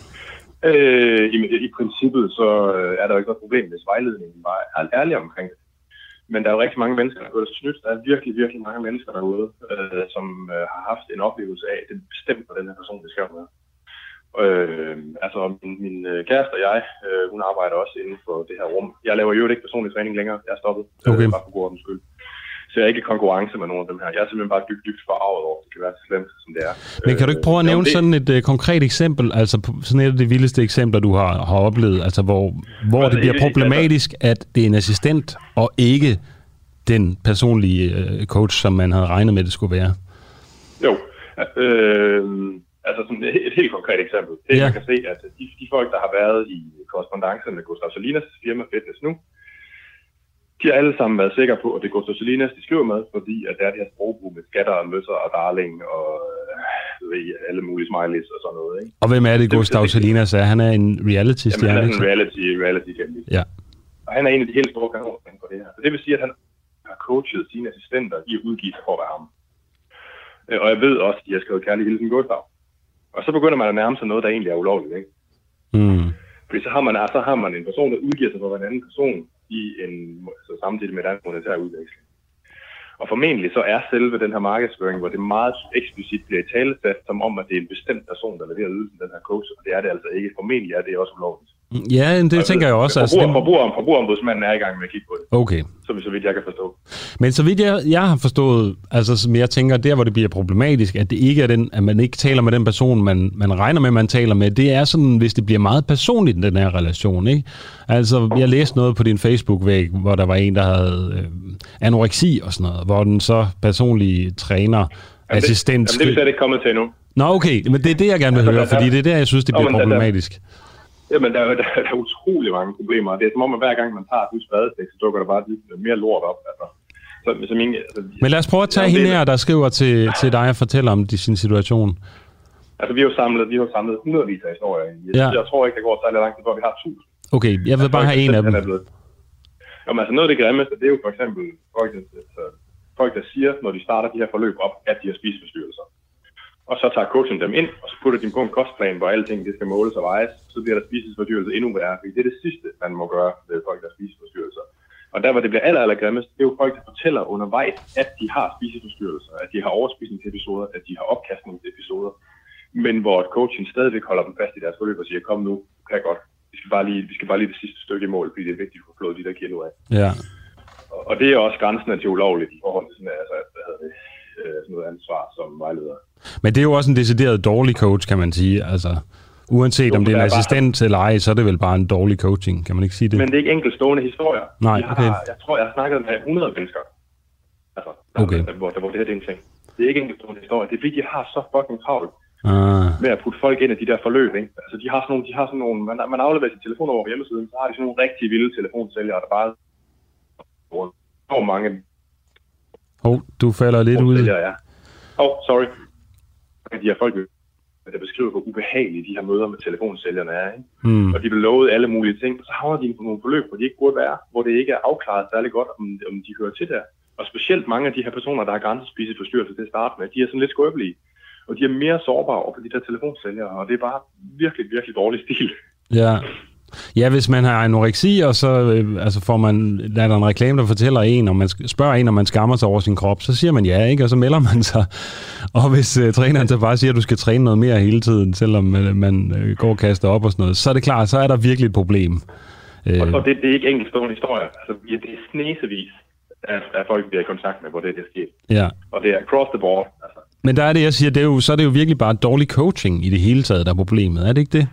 Øh, i, I princippet så er der jo ikke noget problem, hvis vejledningen var ærlig omkring det. Men der er jo rigtig mange mennesker, der er snydt. Der er virkelig, virkelig mange mennesker derude, øh, som øh, har haft en oplevelse af, at det er bestemt for den her person, det skal være. Øh, altså min, min kæreste og jeg, øh, hun arbejder også inden for det her rum. Jeg laver jo ikke personlig træning længere. Jeg er stoppet. Okay. Bare for god ordens skyld. Så jeg er ikke i konkurrence med nogen af dem her. Jeg er simpelthen bare dybt, dybt forarvet over, det kan være så slemt, som det er. Men kan du ikke prøve at nævne sådan et uh, konkret eksempel, altså sådan et af de vildeste eksempler, du har, har oplevet, altså hvor, hvor altså, det bliver problematisk, at det er en assistent og ikke den personlige uh, coach, som man havde regnet med, det skulle være? Jo. Øh, Altså sådan et, et helt konkret eksempel. Det ja. Man kan se, at de, de folk, der har været i korrespondance med Gustav Salinas firma Fitness nu, de har alle sammen været sikre på, at det er Gustav Salinas, de skriver med, fordi at der er det her sprogbrug med skatter og møsser og darling og øh, ved, alle mulige smileys og sådan noget. Ikke? Og hvem er det, Gustav Salinas er? Han er en reality-stjerne? Jamen, han er en reality, reality ja. Og han er en af de helt store kanoner på det her. Så det vil sige, at han har coachet sine assistenter i at udgive sig for at være ham. Og jeg ved også, at de har skrevet kærlig hilsen Gustav. Og så begynder man at nærme sig noget, der egentlig er ulovligt, ikke? Mm. Fordi så har man, så har man en person, der udgiver sig for en anden person i en, så samtidig med den monetære udveksling. Og formentlig så er selve den her markedsføring, hvor det meget eksplicit bliver italesat, som om, at det er en bestemt person, der leverer ydelsen, den her coach, og det er det altså ikke. Formentlig er det også ulovligt. Ja, det og tænker jeg også. Forbruger, altså, forbruger, forbrugerombudsmanden er i gang med at kigge på det. Okay. Så, så vidt jeg kan forstå. Men så vidt jeg, jeg har forstået, altså som jeg tænker, der hvor det bliver problematisk, at det ikke er den, at man ikke taler med den person, man, man regner med, man taler med, det er sådan, hvis det bliver meget personligt, den her relation, ikke? Altså, jeg læste noget på din Facebook-væg, hvor der var en, der havde øh, anoreksi og sådan noget, hvor den så personlige træner, jamen assistent... Det, jamen det er vi slet ikke kommet til endnu. Nå, okay, men det er det, jeg gerne vil altså, høre, der, fordi det er der, jeg synes, det bliver oh, problematisk. Der, Jamen, der, der, der er utrolig mange problemer. Det er som om, at hver gang man tager et nyt spadestik, så dukker der bare lidt mere lort op. Altså. Så, så min, altså, men lad os prøve at tage hende her, der skriver til, til dig og fortæller om de, sin situation. Altså, vi har jo samlet, vi har samlet hundredvis af historier. Jeg, ja. jeg tror ikke, det går særlig langt, før vi har tusind. Okay, jeg vil bare have en af dem. Jamen, altså, noget af det grimmeste, det er jo for eksempel folk, altså, folk, der siger, når de starter de her forløb op, at de har spiseforstyrrelser. Og så tager coachen dem ind, og så putter de på en kostplan, hvor alting det skal måles og vejes. Så bliver der spisesforstyrrelse endnu værre, fordi det er det sidste, man må gøre ved folk, der har spisesforstyrrelser. Og der, hvor det bliver aller, aller grimmest, det er jo folk, der fortæller undervejs, at de har spisesforstyrrelser, at de har overspisningsepisoder, at de har opkastningsepisoder. Men hvor coachen stadigvæk holder dem fast i deres forløb og siger, kom nu, kan godt. Vi skal bare lige, vi skal bare lige det sidste stykke i mål, fordi det er vigtigt at få flået de der kilo af. Ja. Og det er også grænsen til ulovligt i forhold til sådan, altså, hvad hedder det, sådan noget ansvar som vejleder. Men det er jo også en decideret dårlig coach, kan man sige. Altså, uanset jo, om det er en assistent bare... eller ej, så er det vel bare en dårlig coaching. Kan man ikke sige det? Men det er ikke enkeltstående historier. Nej, okay. Har, jeg tror, jeg har snakket med hundrede mennesker. Altså, okay. der, hvor, der, hvor det her det er en ting. Det er ikke enkeltstående historier. Det er fordi, de har så fucking travlt ah. med at putte folk ind i de der forløb. Ikke? Altså, de har sådan nogle, de har sådan nogle man, man afleverer sin telefon over på hjemmesiden, så har de sådan nogle rigtig vilde telefonsælgere, der bare hvor mange... Hov, oh, du falder lidt ud. Ja. Åh, oh, sorry. De her folk, der beskriver, hvor ubehagelige de her møder med telefonsælgerne er. Ikke? Hmm. Og de vil love alle mulige ting. Så havner de på nogle forløb, hvor de ikke burde være. Hvor det ikke er afklaret særlig godt, om, om de hører til der. Og specielt mange af de her personer, der har grænsespiseforstyrrelse til at starte med, de er sådan lidt skrøbelige. Og de er mere sårbare over for de der telefonsælgere. Og det er bare virkelig, virkelig dårlig stil. Ja. Ja, hvis man har anoreksi, og så øh, altså får man, der er der en reklame, der fortæller en, og man spørger en, om man skammer sig over sin krop, så siger man ja, ikke? Og så melder man sig. Og hvis øh, træneren så bare siger, at du skal træne noget mere hele tiden, selvom øh, man øh, går og kaster op og sådan noget, så er det klart, så er der virkelig et problem. Øh. Og, og det, det er ikke enkeltstående historier. Altså, det er snesevis af, af folk, vi er i kontakt med, hvor det er det sker. Ja. Og det er across the board. Altså. Men der er det, jeg siger, det er jo, så er det jo virkelig bare dårlig coaching i det hele taget, der er problemet. Er det ikke det?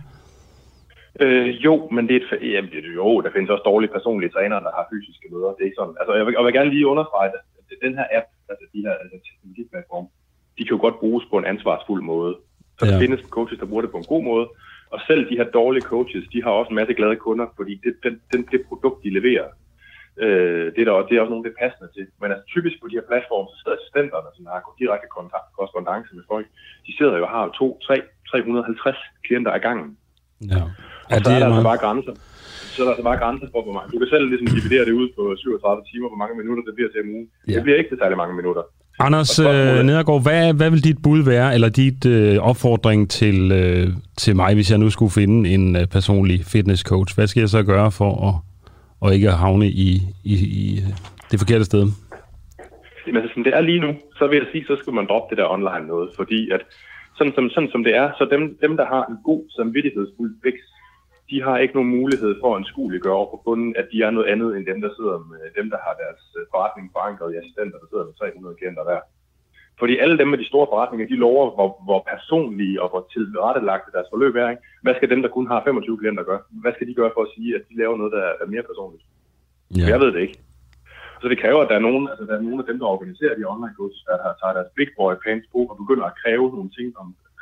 Øh, jo, men det er et, jamen, jo, der findes også dårlige personlige trænere, der har fysiske møder. Det er ikke sådan. Altså, jeg vil, jeg vil gerne lige understrege, at den her app, altså de her altså, teknologiplatforme, de kan jo godt bruges på en ansvarsfuld måde. Så ja. Der findes coaches, der bruger det på en god måde. Og selv de her dårlige coaches, de har også en masse glade kunder, fordi det, den, den, det produkt, de leverer, øh, det, er der, det er også nogle, det er passende til. Men altså, typisk på de her platforme, så sidder assistenterne, som har direkte kontakt, korrespondance med folk, de sidder jo og har to, tre, tre hundrede og halvtreds klienter ad gangen. Ja. Og så er, er der altså bare grænser. Så er der altså bare grænser for, hvor mange. Du kan selv ligesom dividere det ud på syvogtredive timer, hvor mange minutter det bliver til en uge. Ja. Det bliver ikke til særlig mange minutter. Anders øh, Nedergaard, hvad, hvad vil dit bud være, eller dit øh, opfordring til, øh, til mig, hvis jeg nu skulle finde en øh, personlig fitnesscoach? Hvad skal jeg så gøre for at, at ikke havne i, i, i det forkerte sted? Jamen, altså, som det er lige nu, så vil jeg sige, så skal man droppe det der online noget, fordi at sådan som, sådan som det er, så dem, dem der har en god samvittighedsfuld vækst, de har ikke nogen mulighed for at anskueliggøre over på bunden, at de er noget andet end dem, der sidder med dem, der har deres forretning forankret i assistenter, der sidder med tre hundrede klienter hver. Fordi alle dem med de store forretninger, de lover, hvor, hvor personlige og hvor tilrettelagte deres forløb er. Ikke? Hvad skal dem, der kun har femogtyve klienter, gøre? Hvad skal de gøre for at sige, at de laver noget, der er mere personligt? Ja. Jeg ved det ikke. Så det kræver, at der er nogen, altså der er nogen af dem, der organiserer de online coaches, der tager deres big boy pants på og begynder at kræve nogle ting om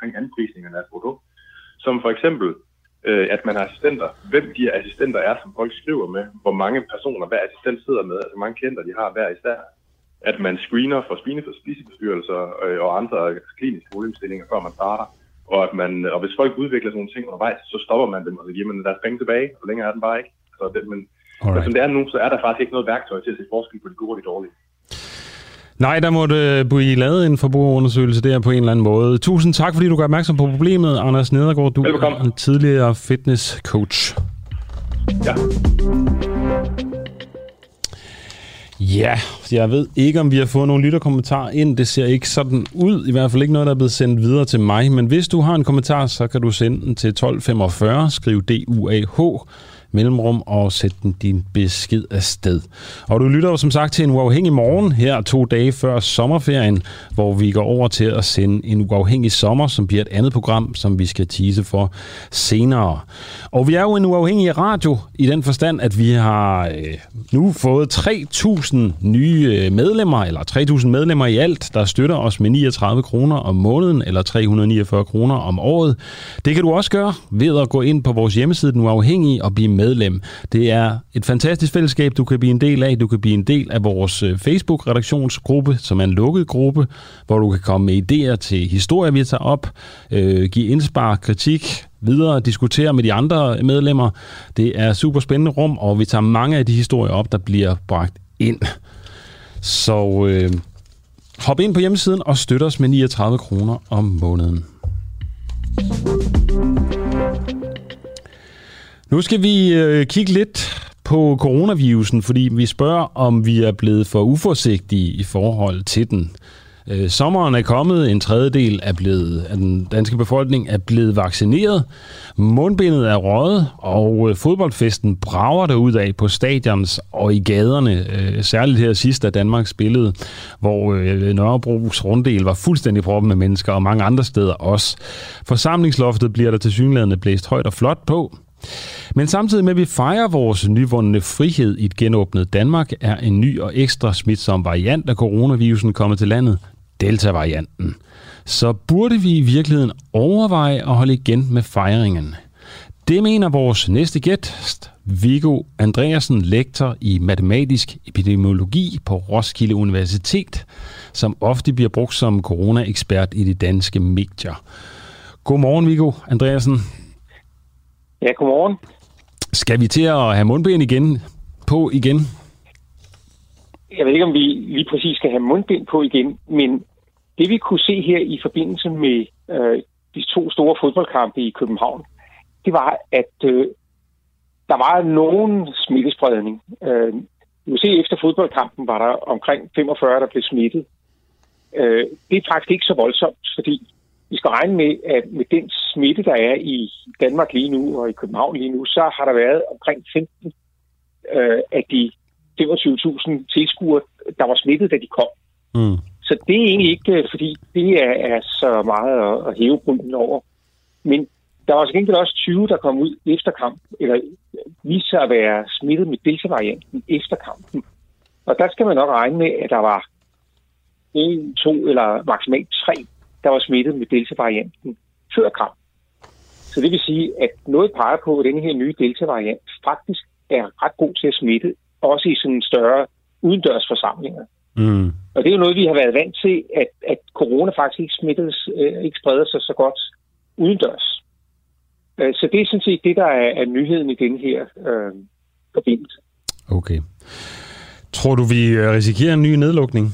omkring anprisningen af et produkt. Som for eksempel, øh, at man har assistenter. Hvem de assistenter er, som folk skriver med. Hvor mange personer hver assistent sidder med. Altså hvor mange klienter de har hver især. At man screener for spiseforstyrrelser øh, og andre kliniske problemstillinger, før man starter. Og, at man, og hvis folk udvikler sådan nogle ting undervejs, så stopper man dem, og så giver man deres penge tilbage. Og længere er den bare ikke. Så det, men, men som det er nu, så er der faktisk ikke noget værktøj til at se forskel på de gode og de dårlige. Nej, der måtte blive lavet en forbrugerundersøgelse der på en eller anden måde. Tusind tak, fordi du gør opmærksom på problemet. Anders Nedergaard, du Velbekomme. er en tidligere fitness coach. Ja. Ja, jeg ved ikke, om vi har fået nogle lytterkommentarer ind. Det ser ikke sådan ud. I hvert fald ikke noget, der er blevet sendt videre til mig. Men hvis du har en kommentar, så kan du sende den til tolv femogfyrre. Skriv D U A H mellemrum og sæt den din besked afsted. Og du lytter jo som sagt til en uafhængig morgen her to dage før sommerferien, hvor vi går over til at sende en uafhængig sommer, som bliver et andet program, som vi skal tease for senere. Og vi er jo en uafhængig radio i den forstand, at vi har øh, nu fået tre tusind nye medlemmer, eller tre tusind medlemmer i alt, der støtter os med niogtredive kroner om måneden, eller tre hundrede og niogfyrre kroner om året. Det kan du også gøre ved at gå ind på vores hjemmeside, Den Uafhængige, og blive medlem. Det er et fantastisk fællesskab, du kan blive en del af. Du kan blive en del af vores Facebook-redaktionsgruppe, som er en lukket gruppe, hvor du kan komme med idéer til historier, vi tager op, øh, give indspark, kritik, videre diskutere med de andre medlemmer. Det er super spændende rum, og vi tager mange af de historier op, der bliver bragt ind. Så øh, hop ind på hjemmesiden og støt os med niogtredive kroner om måneden. Nu skal vi øh, kigge lidt på coronavirusen, fordi vi spørger, om vi er blevet for uforsigtige i forhold til den. Øh, sommeren er kommet, en tredjedel er blevet, af den danske befolkning er blevet vaccineret, mundbindet er røget, og øh, fodboldfesten brager derudad på stadions og i gaderne, øh, særligt her sidst, da Danmark spillede, hvor øh, Nørrebros runddel var fuldstændig proppet med mennesker, og mange andre steder også. Forsamlingsloftet bliver der tilsyneladende blæst højt og flot på. Men samtidig med, at vi fejrer vores nyvundne frihed i et genåbnet Danmark, er en ny og ekstra smitsom variant af coronavirusen kommet til landet, Delta-varianten. Så burde vi i virkeligheden overveje at holde igen med fejringen. Det mener vores næste gæst, Viggo Andreasen, lektor i matematisk epidemiologi på Roskilde Universitet, som ofte bliver brugt som corona-ekspert i de danske medier. Godmorgen, Viggo Andreasen. Ja, godmorgen. Skal vi til at have mundbind igen på igen? Jeg ved ikke, om vi lige præcis skal have mundbind på igen, men det vi kunne se her i forbindelse med øh, de to store fodboldkampe i København, det var, at øh, der var nogen smittespredning. Øh, du kan se, efter fodboldkampen var der omkring femogfyrre, der blev smittet. Øh, det er faktisk ikke så voldsomt, fordi vi skal regne med, at med den smitte, der er i Danmark lige nu og i København lige nu, så har der været omkring femten øh, af de femogtyve tusind tilskuere, der var smittet, da de kom. Mm. Så det er egentlig ikke, fordi det er, er så meget at, at hæve brynen over. Men der var så gengæld også tyve, der kom ud efter kampen, eller viste sig at være smittet med Delta-varianten efter kampen. Og der skal man nok regne med, at der var en, to eller maksimalt tre, der var smittet med Delta-varianten før kamp. Så det vil sige, at noget peger på, at denne her nye Delta-variant faktisk er ret god til at smitte, også i sådan større udendørsforsamlinger. Mm. Og det er jo noget, vi har været vant til, at, at corona faktisk ikke smittes, øh, ikke spreder sig så godt udendørs. Øh, så det er sådan set det, der er, er nyheden i denne her øh, forbindelse. Okay. Tror du, vi risikerer en ny nedlukning?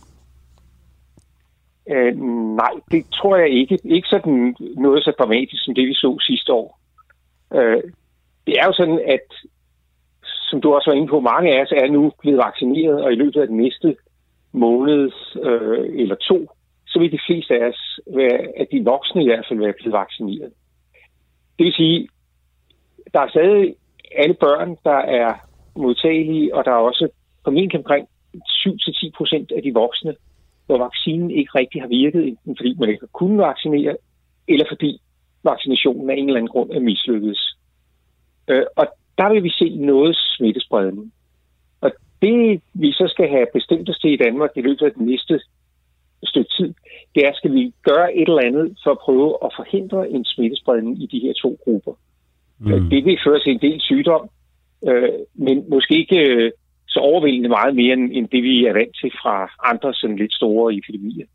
Øh, nej, det tror jeg ikke. Ikke sådan noget så dramatisk som det, vi så sidste år. Øh, det er jo sådan, at som du også var inde på, mange af os er nu blevet vaccineret, og i løbet af den næste måned øh, eller to, så vil de fleste af os, være, at de voksne i hvert fald, være blevet vaccineret. Det vil sige, der er stadig alle børn, der er modtagelige, og der er også formentlig omkring syv til ti procent af de voksne, hvor vaccinen ikke rigtig har virket, enten fordi man ikke har kunnet vaccinere, eller fordi vaccinationen af en eller anden grund er mislykkedes. Øh, og der vil vi se noget smittespredning. Og det, vi så skal have bestemt os til i Danmark i løbet af den næste stykke tid, det er, skal vi gøre et eller andet for at prøve at forhindre en smittespredning i de her to grupper. Mm. Det vil føre til en del sygdom, øh, men måske ikke øh, så overvældende meget mere, end, end det vi er vant til fra andre sådan lidt store epidemier.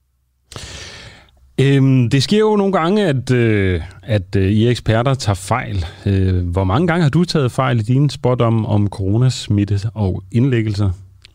Øhm, det sker jo nogle gange, at, øh, at øh, I eksperter tager fejl. Øh, hvor mange gange har du taget fejl i dine spot om, om coronasmitte og indlæggelser?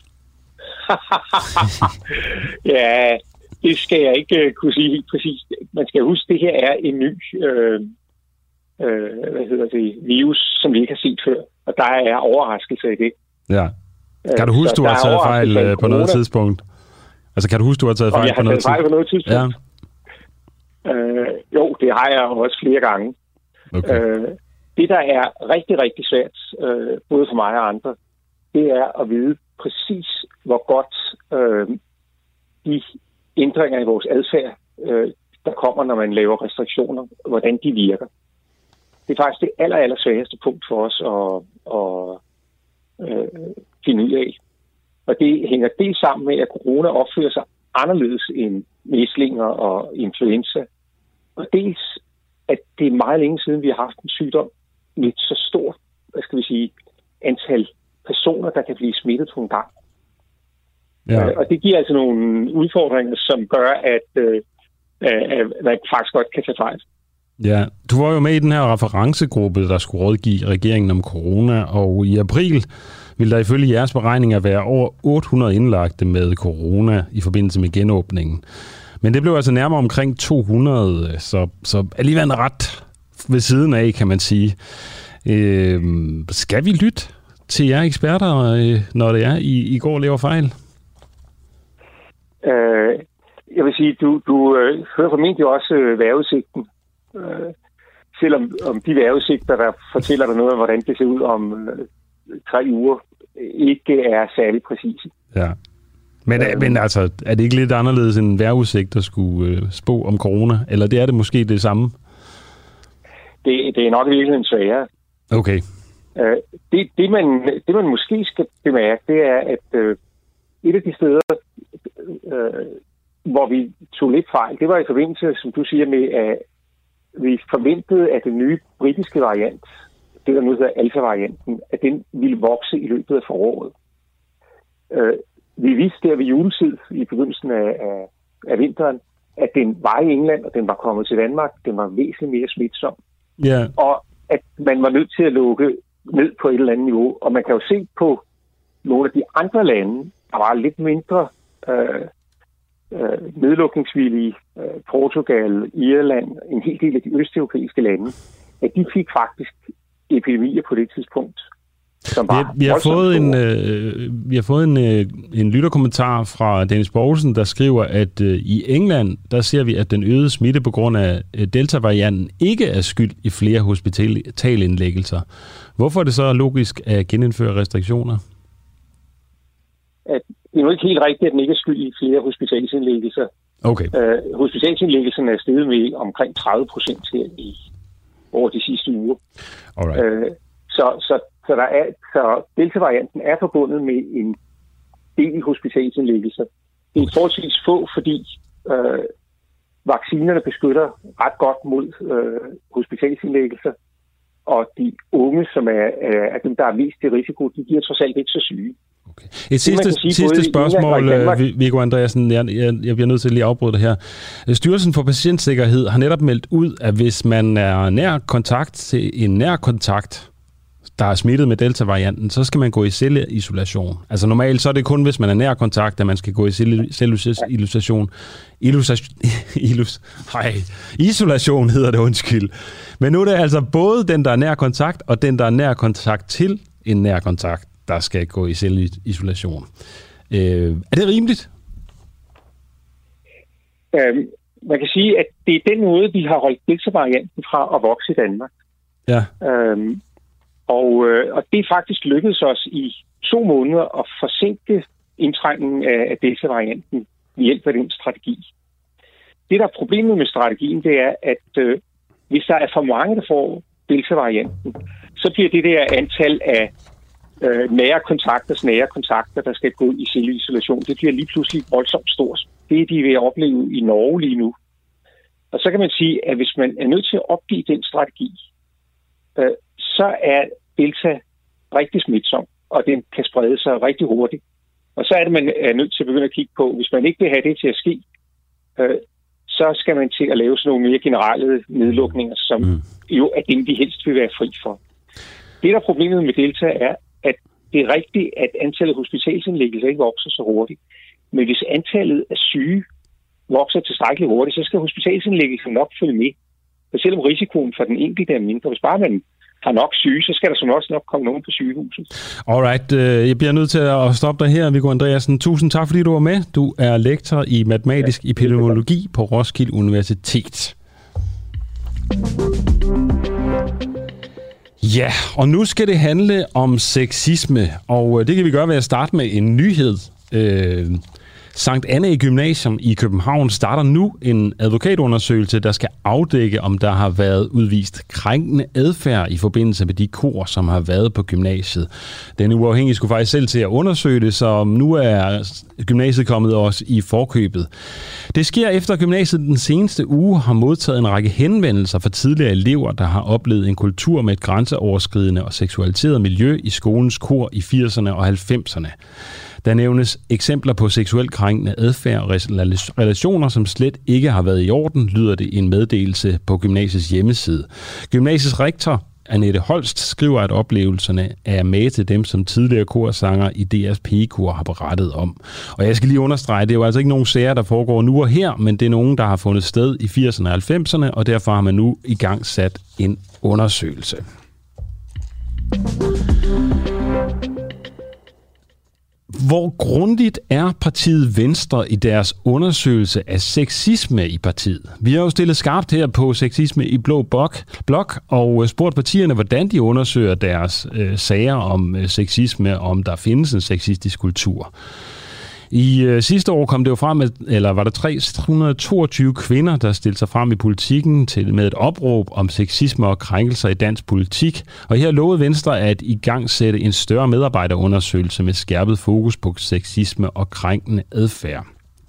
Ja, det skal jeg ikke uh, kunne sige helt præcist. Man skal huske, at det her er en ny øh, øh, hvad hedder det, virus, som vi ikke har set før. Og der er overraskelse i det. Ja. Kan du huske, du har taget fejl på corona. Noget tidspunkt? Altså, kan du huske, du har taget fejl, jeg på, har noget taget fejl på noget tidspunkt? Ja. Øh, jo, det har jeg også flere gange. Okay. Øh, det, der er rigtig, rigtig svært, øh, både for mig og andre, det er at vide præcis, hvor godt øh, de ændringer i vores adfærd, øh, der kommer, når man laver restriktioner, hvordan de virker. Det er faktisk det aller, aller sværeste punkt for os at, at øh, finde ud af. Og det hænger dels sammen med, at corona opfører sig anderledes end mæslinger og influenza. Og dels, at det er meget længe siden, vi har haft en sygdom med så stort, hvad skal vi sige, antal personer, der kan blive smittet på en gang. Ja. Og det giver altså nogle udfordringer, som gør, at, øh, at man faktisk godt kan tage fejl. Ja, du var jo med i den her referencegruppe, der skulle rådgive regeringen om corona, og i april vil der ifølge jeres beregninger være over otte hundrede indlagte med corona i forbindelse med genåbningen. Men det blev altså nærmere omkring to hundrede, så, så alligevel ret ved siden af, kan man sige. Øh, skal vi lytte til jer eksperter, når det er, I, I går og laver fejl? Øh, jeg vil sige, du, du øh, hører formentlig også øh, vejrudsigten. Øh, selvom om de vejrudsigter, der fortæller dig noget om, hvordan det ser ud om øh, tre uger, ikke er særlig præcise. Ja. Men, øh, men altså, er det ikke lidt anderledes end vejrudsigt, der skulle øh, spå om corona? Eller det er det måske det samme? Det, det er nok i virkeligheden sværere. Okay. Øh, det, det, man, det, man måske skal bemærke, det er, at øh, et af de steder, øh, hvor vi tog lidt fejl, det var i forbindelse, som du siger, med, at vi forventede, at den nye britiske variant, det der nu hedder alfa-varianten, at den ville vokse i løbet af foråret. Øh, vi vidste der ved juletid, i begyndelsen af, af, af vinteren, at den var i England, og den var kommet til Danmark. Den var væsentligt mere smitsom. Yeah. Og at man var nødt til at lukke ned på et eller andet niveau. Og man kan jo se på nogle af de andre lande, der var lidt mindre øh, øh, nedlukningsvillige, øh, Portugal, Irland, en hel del af de østeuropæiske lande, at de fik faktisk epidemier på det tidspunkt. Som vi, har, vi, har fået en, øh, vi har fået en, øh, en lytterkommentar fra Dennis Borgelsen, der skriver, at øh, i England, der ser vi, at den øgede smitte på grund af øh, delta-varianten ikke er skyld i flere hospitalindlæggelser. Hvorfor er det så logisk at genindføre restriktioner? At det er jo ikke helt rigtigt, at den ikke er skyld i flere hospitalsindlæggelser. Okay. Øh, hospitalsindlæggelserne er steget med omkring tredive procent her i over de sidste uger. Alright. Øh, så, så Så, der er, så delta-varianten er forbundet med en del i hospitalsindlæggelser. Det er forholdsvis få, fordi øh, vaccinerne beskytter ret godt mod øh, hospitalsindlæggelser, og de unge, som er, er dem, der er mest i risiko, de bliver trods alt ikke så syge. Okay. Et sidste, sige, sidste spørgsmål, Viggo Andreasen. Jeg, jeg, jeg bliver nødt til at lige afbryde det her. Styrelsen for Patientsikkerhed har netop meldt ud, at hvis man er nær kontakt til en nær kontakt, der er smittet med delta-varianten, så skal man gå i selvisolation. Altså normalt så er det kun, hvis man er nær kontakt, at man skal gå i selvisolation. Isolation hedder det, undskyld. Men nu er det altså både den, der er nær kontakt, og den, der er nær kontakt til en nær kontakt, der skal gå i selvisolation. Øh, er det rimeligt? Øhm, man kan sige, at det er den måde, vi har holdt delta-varianten fra at vokse i Danmark. Ja. Øhm, Og, øh, og det er faktisk lykkedes os i to måneder at forsinke indtrængningen af, af delta-varianten ved hjælp af den strategi. Det, der er problemet med strategien, det er, at øh, hvis der er for mange, der får delta-varianten, så bliver det der antal af øh, nære kontakter, nære kontakter, der skal gå i selvisolation, det bliver lige pludselig voldsomt stort. det, de vil opleve i Norge lige nu. Og så kan man sige, at hvis man er nødt til at opgive den strategi, øh, så er Delta rigtig smitsom, og den kan sprede sig rigtig hurtigt. Og så er det, man er nødt til at begynde at kigge på, hvis man ikke vil have det til at ske, øh, så skal man til at lave sådan nogle mere generelle nedlukninger, som mm. jo er dem, de helst vil være fri for. Det, der er problemet med Delta, er, at det er rigtigt, at antallet af hospitalsindlæggelser ikke vokser så hurtigt. Men hvis antallet af syge vokser tilstrækkeligt hurtigt, så skal hospitalsindlæggelsen nok følge med. For selvom risikoen for den enkelte er mindre, hvis bare man har nok syge, så skal der som også nok komme nogen på sygehuset. Alright, jeg bliver nødt til at stoppe dig her, Viggo Andreasen. Tusind tak, fordi du var med. Du er lektor i matematisk ja, epidemiologi på Roskilde Universitet. Ja, og nu skal det handle om sexisme, og det kan vi gøre ved at starte med en nyhed. Øh, Sankt Annæ Gymnasium i København starter nu en advokatundersøgelse, der skal afdække, om der har været udvist krænkende adfærd i forbindelse med de kor, som har været på gymnasiet. Den uafhængige skulle faktisk selv til at undersøge det, så nu er gymnasiet kommet også i forkøbet. Det sker efter, at gymnasiet den seneste uge har modtaget en række henvendelser fra tidligere elever, der har oplevet en kultur med et grænseoverskridende og seksualiseret miljø i skolens kor i firserne og halvfemserne. Der nævnes eksempler på seksuelt krænkende adfærd og relationer, som slet ikke har været i orden, lyder det i en meddelelse på gymnasiets hjemmeside. Gymnasiets rektor, Annette Holst, skriver, at oplevelserne er med til dem, som tidligere korsanger i D R's pigekor har berettet om. Og jeg skal lige understrege, det er jo altså ikke nogen sager, der foregår nu og her, men det er nogen, der har fundet sted i firserne og halvfemserne, og derfor har man nu i gang sat en undersøgelse. Hvor grundigt er partiet Venstre i deres undersøgelse af sexisme i partiet? Vi har jo stillet skarpt her på sexisme i Blå Blok og spurgt partierne, hvordan de undersøger deres øh, sager om øh, sexisme, om der findes en sexistisk kultur. I øh, sidste år kom det jo frem, at, eller var der tre hundrede og toogtyve kvinder, der stillede sig frem i politikken til, med et opråb om sexisme og krænkelser i dansk politik. Og her lovede Venstre at i gang sætte en større medarbejderundersøgelse med skærpet fokus på sexisme og krænkende adfærd.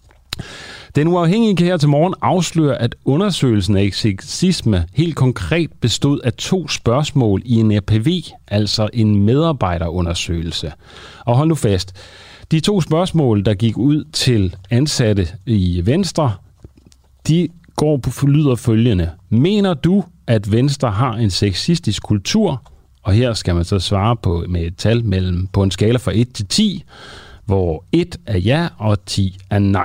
Den uafhængige kan her til morgen afsløre, at undersøgelsen af sexisme helt konkret bestod af to spørgsmål i en R P V, altså en medarbejderundersøgelse. Og hold nu fast. De to spørgsmål, der gik ud til ansatte i Venstre, de går på lyder følgende. Mener du, at Venstre har en sexistisk kultur? Og her skal man så svare på med et tal mellem på en skala fra et til ti, hvor et er ja og ti er nej.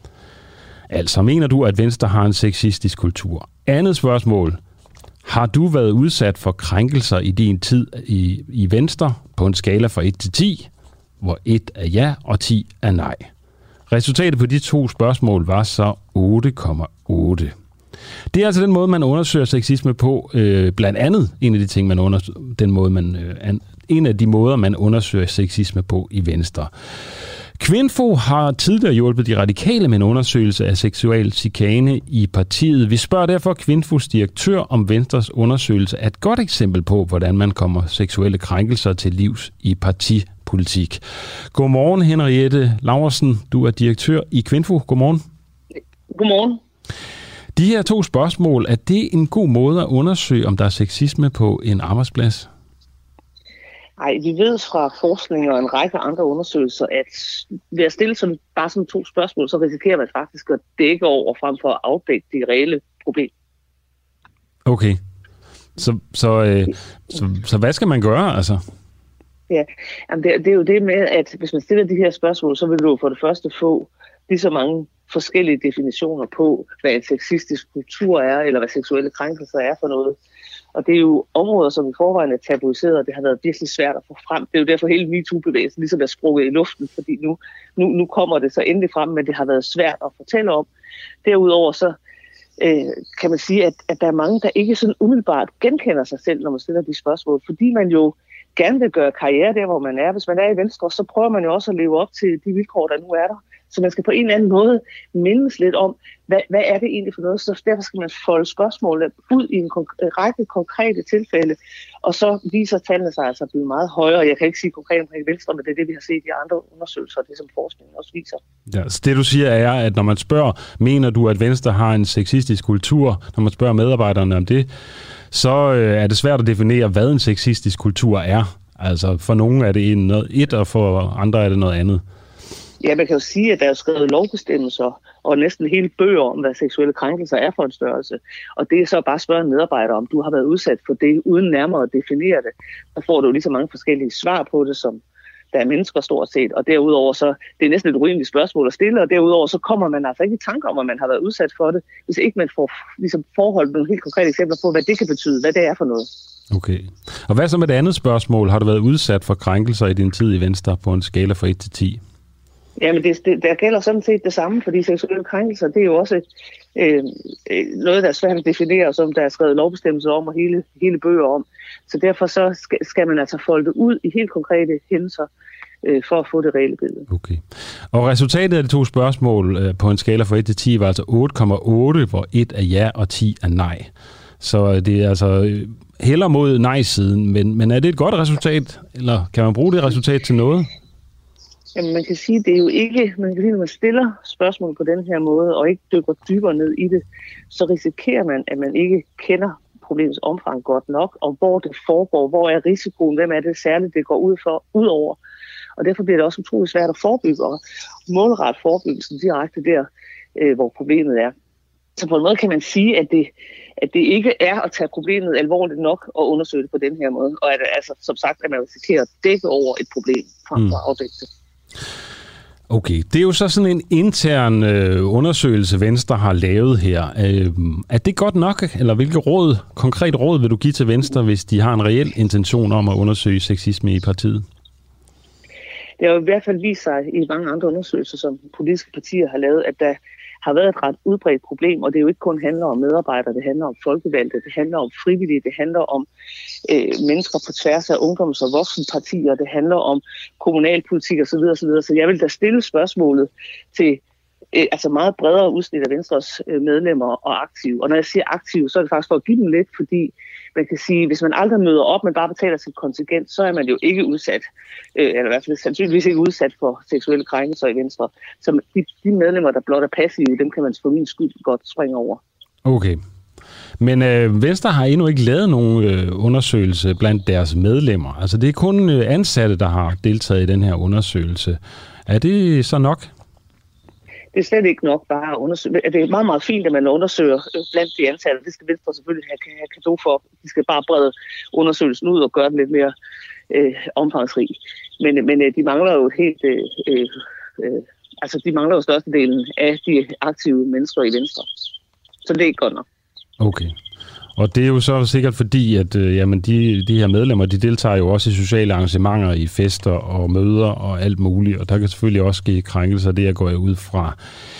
Altså, mener du, at Venstre har en sexistisk kultur? Andet spørgsmål. Har du været udsat for krænkelser i din tid i, i Venstre på en skala fra et til ti? Hvor et er ja og ti er nej. Resultatet på de to spørgsmål var så otte komma otte. Det er altså den måde, man undersøger sexisme på. Øh, blandt andet en af de ting, man undersøger, den måde, man, øh, en af de måder, man undersøger sexisme på i Venstre. Kvinfo har tidligere hjulpet de radikale med en undersøgelse af seksuel chikane i partiet. Vi spørger derfor Kvinfos direktør, om Venstres undersøgelse er et godt eksempel på, hvordan man kommer seksuelle krænkelser til livs i partipolitik. Godmorgen, Henriette Laursen. Du er direktør i Kvinfo. Godmorgen. Godmorgen. De her to spørgsmål, er det en god måde at undersøge, om der er sexisme på en arbejdsplads? Nej, vi ved fra forskning og en række andre undersøgelser, at ved at stille sådan, bare sådan to spørgsmål, så risikerer man faktisk at dække over frem for at afdække de reelle problemer. Okay. Så, så, øh, så, så hvad skal man gøre, altså? Ja, jamen det, det er jo det med, at hvis man stiller de her spørgsmål, så vil du for det første få lige så mange forskellige definitioner på, hvad en sexistisk kultur er, eller hvad seksuelle krænkelser er for noget. Og det er jo områder, som i forvejen er tabuiseret, og det har været virkelig svært at få frem. Det er jo derfor hele MeToo-bevægelsen ligesom er sprunget i luften, fordi nu, nu, nu kommer det så endelig frem, men det har været svært at fortælle om. Derudover så øh, kan man sige, at, at der er mange, der ikke sådan umiddelbart genkender sig selv, når man stiller de spørgsmål, fordi man jo gerne vil gøre karriere der, hvor man er. Hvis man er i Venstre, så prøver man jo også at leve op til de vilkår, der nu er der. Så man skal på en eller anden måde mindes lidt om, hvad, hvad er det egentlig for noget? Så derfor skal man folde spørgsmålet ud i en konk- række konkrete tilfælde, og så viser tallene sig altså at blive meget højere. Jeg kan ikke sige konkret omkring Venstre, men det er det, vi har set i andre undersøgelser, det som forskningen også viser. Ja, så det du siger er, at når man spørger, mener du, at Venstre har en sexistisk kultur, når man spørger medarbejderne om det, så øh, er det svært at definere, hvad en sexistisk kultur er. Altså for nogle er det en, noget, et, og for andre er det noget andet. Ja, man kan jo sige, at der er skrevet lovbestemmelser og næsten hele bøger om, hvad seksuelle krænkelser er for en størrelse. Og det er så bare at spørge en medarbejder, om du har været udsat for det, uden nærmere at definere det. Der får du jo lige så mange forskellige svar på det, som der er mennesker stort set. Og derudover så, det er næsten et urimeligt spørgsmål at stille, og derudover så kommer man altså ikke i tanke om, at man har været udsat for det, hvis ikke man får ligesom forholdt nogle helt konkrete eksempler på, hvad det kan betyde, hvad det er for noget. Okay. Og hvad så med det andet spørgsmål? Har du været udsat for krænkelser i din tid i Venstre på en skala fra et til ti? Jamen, det, det, der gælder sådan set det samme, fordi seksuelle krænkelser, det er jo også øh, noget, der er svært at definere, som der er skrevet lovbestemmelser om og hele, hele bøger om. Så derfor så skal, skal man altså folde det ud i helt konkrete hændelser, øh, for at få det reelle billede. Okay. Og resultatet af de to spørgsmål øh, på en skala fra et til ti var altså otte komma otte, hvor et er ja og ti er nej. Så det er altså øh, hælder mod nej-siden, men, men er det et godt resultat, eller kan man bruge det resultat til noget? Jamen, man kan sige, det er jo ikke, man kan sige, når man stiller spørgsmål på den her måde, og ikke dykker dybere ned i det, så risikerer man, at man ikke kender problemets omfang godt nok, og hvor det foregår, hvor er risikoen, hvem er det særligt, det går ud, for, ud over. Og derfor bliver det også utroligt svært at forebygge, og målrette forebyggelsen direkte der, øh, hvor problemet er. Så på en måde kan man sige, at det, at det ikke er at tage problemet alvorligt nok og undersøge det på den her måde, og at altså, som sagt, at man risikerer at dække over et problem frem for at afdække det. Okay, det er jo så sådan en intern øh, undersøgelse, Venstre har lavet her. Øh, er det godt nok, eller hvilke råd, konkret råd vil du give til Venstre, hvis de har en reel intention om at undersøge sexisme i partiet? Det har jo i hvert fald vist sig i mange andre undersøgelser, som politiske partier har lavet, at der har været et ret udbredt problem, og det jo ikke kun handler om medarbejdere, det handler om folkevalgte, det handler om frivillige, det handler om øh, mennesker på tværs af ungdoms- og voksenpartier, det handler om kommunalpolitik osv. osv. Så jeg vil da stille spørgsmålet til øh, altså meget bredere udsnit af Venstres øh, medlemmer og aktive. Og når jeg siger aktive, så er det faktisk for at give dem lidt, fordi man kan sige, hvis man aldrig møder op, men bare betaler sit kontingent, så er man jo ikke udsat, øh, eller i hvert fald sandsynligvis ikke udsat for seksuelle krænkelser i Venstre. Så de, de medlemmer, der blot er passive, dem kan man for min skyld godt springe over. Okay. Men øh, Venstre har endnu ikke lavet nogen øh, undersøgelse blandt deres medlemmer. Altså det er kun øh, ansatte, der har deltaget i den her undersøgelse. Er det så nok? Det er slet ikke nok bare at undersøge. Det er meget, meget fint, at man undersøger blandt de ansatte. Det skal Venstre selvfølgelig have, have kado for. De skal bare brede undersøgelsen ud og gøre den lidt mere øh, omfangsrig. Men, men de mangler jo helt... Øh, øh, altså, de mangler jo størstedelen af de aktive mennesker i Venstre. Så det er ikke godt nok. Okay. Og det er jo så sikkert fordi, at øh, jamen de, de her medlemmer, de deltager jo også i sociale arrangementer, i fester og møder og alt muligt, og der kan selvfølgelig også ske krænkelser, det jeg går jeg ud fra.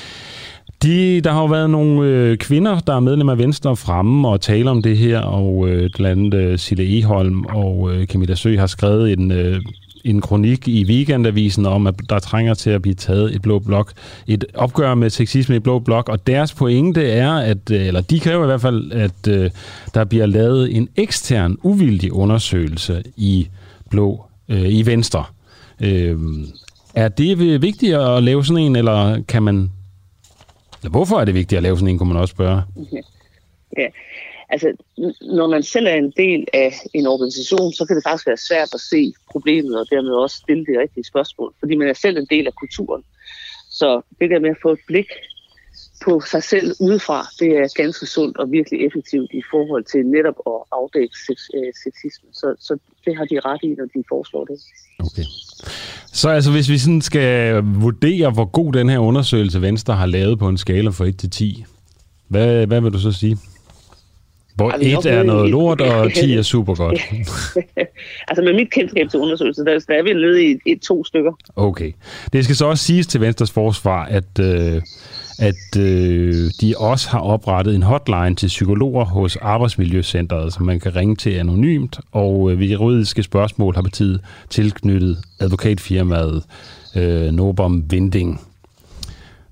De, der har jo været nogle øh, kvinder, der er medlemmer af Venstre fremme og taler om det her, og øh, blandt andet øh, Sille Egholm og øh, Camilla Sø har skrevet en... Øh, en kronik i Weekendavisen om, at der trænger til at blive taget et blå blok, et opgør med sexisme i blå blok, og deres pointe er, at, eller de kræver i hvert fald, at uh, der bliver lavet en ekstern, uvildig undersøgelse i blå, uh, i Venstre. Uh, er det vigtigt at lave sådan en, eller kan man, eller hvorfor er det vigtigt at lave sådan en, kunne man også spørge? Ja. Ja. Altså, når man selv er en del af en organisation, så kan det faktisk være svært at se problemet, og dermed også stille de rigtige spørgsmål, fordi man er selv en del af kulturen. Så det der med at få et blik på sig selv udefra, det er ganske sundt og virkelig effektivt i forhold til netop at afdække sexisme. Så, så det har de ret i, når de foreslår det. Okay. Så altså, hvis vi sådan skal vurdere, hvor god den her undersøgelse Venstre har lavet på en skala fra et til ti, hvad, hvad vil du så sige? Hvor et er noget lort, og ti er super godt. Altså med mit kendskab til undersøgelser, der er vi nede i et, to stykker. Okay. Det skal så også siges til Venstres forsvar, at, øh, at øh, de også har oprettet en hotline til psykologer hos Arbejdsmiljøcentret, som man kan ringe til anonymt, og øh, ved juridiske spørgsmål har partiet tilknyttet advokatfirmaet øh, Nobom Vinding.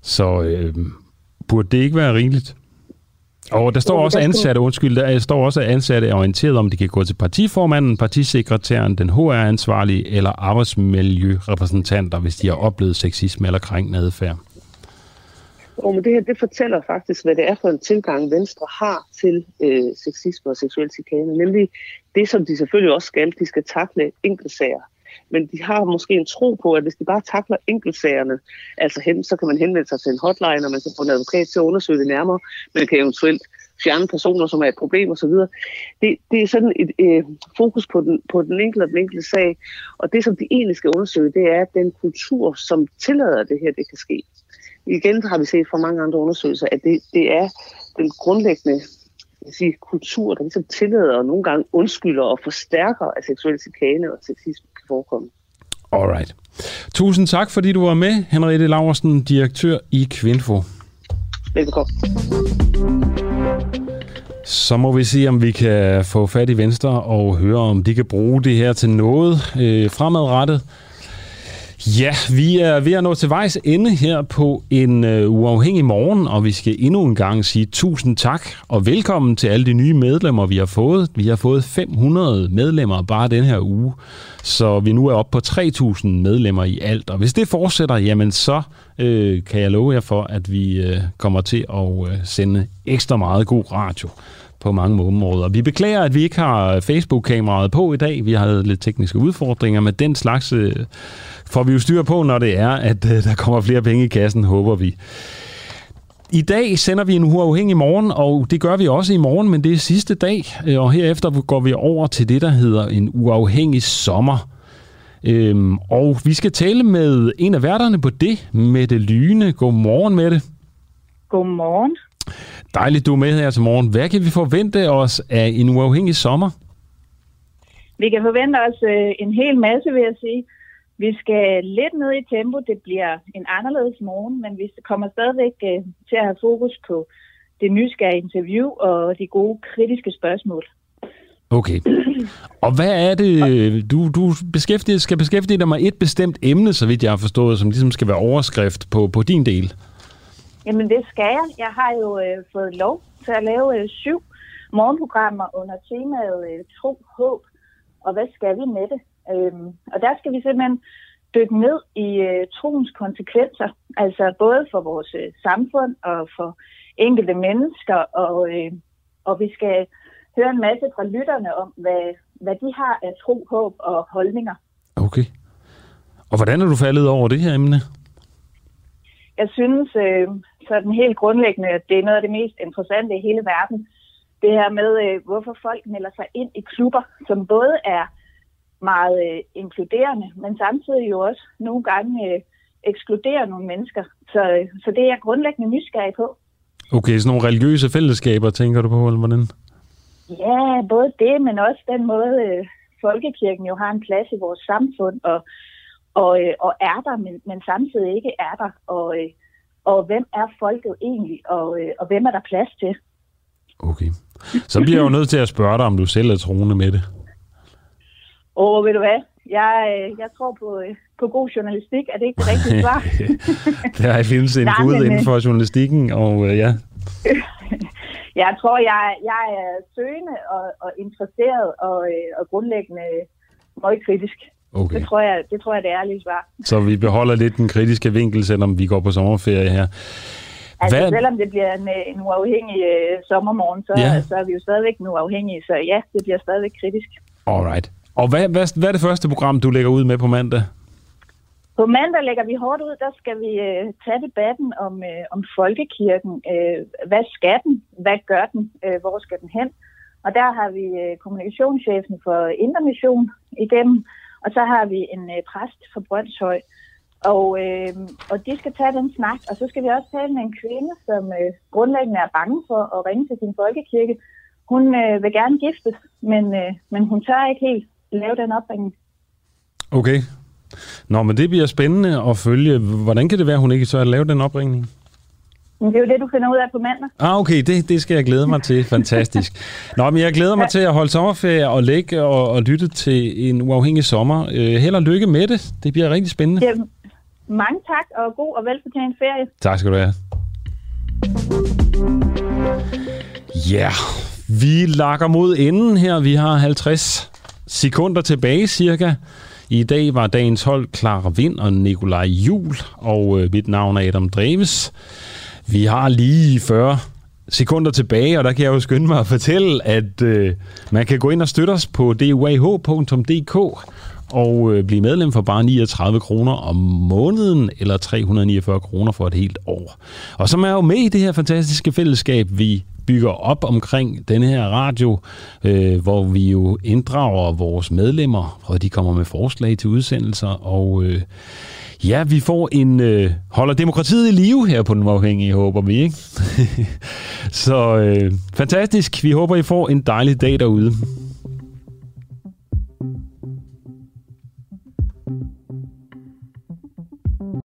Så øh, burde det ikke være rigeligt? Og der står også ansatte, undskyld, der står også ansatte er orienteret om, de kan gå til partiformanden, partisekretæren, den H R-ansvarlige eller arbejdsmiljørepræsentanter, hvis de har oplevet sexisme eller krænkende adfærd. Og men det her, det fortæller faktisk, hvad det er for en tilgang, Venstre har til øh, sexisme og seksuel chikane. Nemlig det, som de selvfølgelig også skal, de skal takle enkeltsager. Men de har måske en tro på, at hvis de bare takler enkeltsagerne, altså hen, så kan man henvende sig til en hotline, og man kan få en advokat til at undersøge det nærmere. Man kan eventuelt fjerne personer, som er et problem osv. Det, det er sådan et øh, fokus på den, på den enkelte og den enkelte sag. Og det, som de egentlig skal undersøge, det er den kultur, som tillader det her, det kan ske. Igen har vi set fra mange andre undersøgelser, at det, det er den grundlæggende sige, kultur, der ligesom tillader og nogle gange undskylder og forstærker, at seksuel chikane og sexisme kan forekomme. Alright. Tusind tak, fordi du var med, Henriette Laursen, direktør i Kvinfo. Velkommen. Så må vi se, om vi kan få fat i Venstre og høre, om de kan bruge det her til noget øh, fremadrettet. Ja, vi er ved at nå til vejs ende her på en øh, uafhængig morgen, og vi skal endnu en gang sige tusind tak og velkommen til alle de nye medlemmer, vi har fået. Vi har fået fem hundrede medlemmer bare den her uge, så vi nu er oppe på tre tusind medlemmer i alt. Og hvis det fortsætter, jamen så øh, kan jeg love jer for, at vi øh, kommer til at øh, sende ekstra meget god radio på mange områder. Vi beklager, at vi ikke har Facebook-kameraet på i dag. Vi har lidt tekniske udfordringer, med den slags øh, får vi jo styr på, når det er, at øh, der kommer flere penge i kassen, håber vi. I dag sender vi en uafhængig morgen, og det gør vi også i morgen, men det er sidste dag, og herefter går vi over til det, der hedder en uafhængig sommer. Øhm, og vi skal tale med en af værterne på det, Mette Lyne. Godmorgen, Mette. Godmorgen. Dejligt, du er med her til morgen. Hvad kan vi forvente os af en uafhængig sommer? Vi kan forvente os øh, en hel masse, vil jeg sige. Vi skal lidt ned i tempo. Det bliver en anderledes morgen, men vi kommer stadigvæk øh, til at have fokus på det nysgerrige interview og de gode kritiske spørgsmål. Okay. Og hvad er det, du, du beskæftiger, skal beskæftige dig med et bestemt emne, så vidt jeg har forstået, som ligesom skal være overskrift på, på din del? Jamen det skal jeg. Jeg har jo øh, fået lov til at lave øh, syv morgenprogrammer under temaet øh, tro, håb, og hvad skal vi med det? Øhm, og der skal vi simpelthen dykke ned i øh, troens konsekvenser, altså både for vores øh, samfund og for enkelte mennesker, og, øh, og vi skal høre en masse fra lytterne om, hvad, hvad de har af tro, håb og holdninger. Okay. Og hvordan er du faldet over det her emne? Jeg synes øh, sådan helt grundlæggende, at det er noget af det mest interessante i hele verden. Det her med, øh, hvorfor folk melder sig ind i klubber, som både er meget øh, inkluderende, men samtidig jo også nogle gange øh, ekskluderer nogle mennesker. Så, øh, så det er jeg grundlæggende nysgerrig på. Okay, sådan nogle religiøse fællesskaber, tænker du på, eller hvordan? Ja, både det, men også den måde, øh, folkekirken jo har en plads i vores samfund, og, og, øh, og er der, men, men samtidig ikke er der. Og, øh, og hvem er folket egentlig, og, øh, og hvem er der plads til? Okay. Så bliver jeg jo nødt til at spørge dig, om du selv er troende med det. Åh, ved du hvad? Jeg, jeg tror på, på god journalistik. Er det ikke det rigtige svar? Der findes en gud inden for journalistikken, og ja. Jeg tror, jeg, jeg er søgende og, og interesseret og, og grundlæggende meget kritisk. Okay. Det tror jeg, det tror jeg, det er ærligt svar. Så vi beholder lidt den kritiske vinkel, selvom vi går på sommerferie her. Altså, hvad? Selvom det bliver en, en uafhængig uh, sommermorgen, så, ja. så er vi jo stadigvæk nu uafhængige. Så ja, det bliver stadigvæk kritisk. Alright. Og hvad, hvad, hvad er det første program, du lægger ud med på mandag? På mandag lægger vi hårdt ud. Der skal vi uh, tage debatten om, uh, om folkekirken. Uh, hvad skal den? Hvad gør den? Uh, hvor skal den hen? Og der har vi uh, kommunikationschefen for Indre Mission igennem. Og så har vi en uh, præst for Brønshøj. Og, øh, og de skal tage den snak, og så skal vi også tale med en kvinde, som øh, grundlæggende er bange for at ringe til sin folkekirke. Hun øh, vil gerne giftes, men, øh, men hun tør ikke helt lave den opringning. Okay. Nå, men det bliver spændende at følge. Hvordan kan det være, at hun ikke tør at lave den opringning? Det er jo det, du finder ud af på mandag. Ah, okay. Det, det skal jeg glæde mig til. Fantastisk. Nå, men jeg glæder mig ja. til at holde sommerferie og lægge og, og lytte til en uafhængig sommer. Øh, held og lykke med det. Det bliver rigtig spændende. Jamen, Mange tak, og god og velfortjent ferie. Tak skal du have. Ja, yeah. Vi lakker mod enden her. Vi har halvtreds sekunder tilbage cirka. I dag var dagens hold Clara Vind og Nikolaj Juhl, og øh, mit navn er Adam Dreves. Vi har lige fyrre sekunder tilbage, og der kan jeg jo skynde mig at fortælle, at øh, man kan gå ind og støtte os på d u a h punktum d k og øh, blive medlem for bare niogtredive kroner om måneden, eller tre hundrede og niogfyrre kroner for et helt år. Og så er jo med i det her fantastiske fællesskab, vi bygger op omkring denne her radio, øh, hvor vi jo inddrager vores medlemmer, og de kommer med forslag til udsendelser, og øh, ja, vi får en øh, holder demokratiet i live her på Den Uafhængige, håber vi, ikke? Så øh, fantastisk. Vi håber, I får en dejlig dag derude.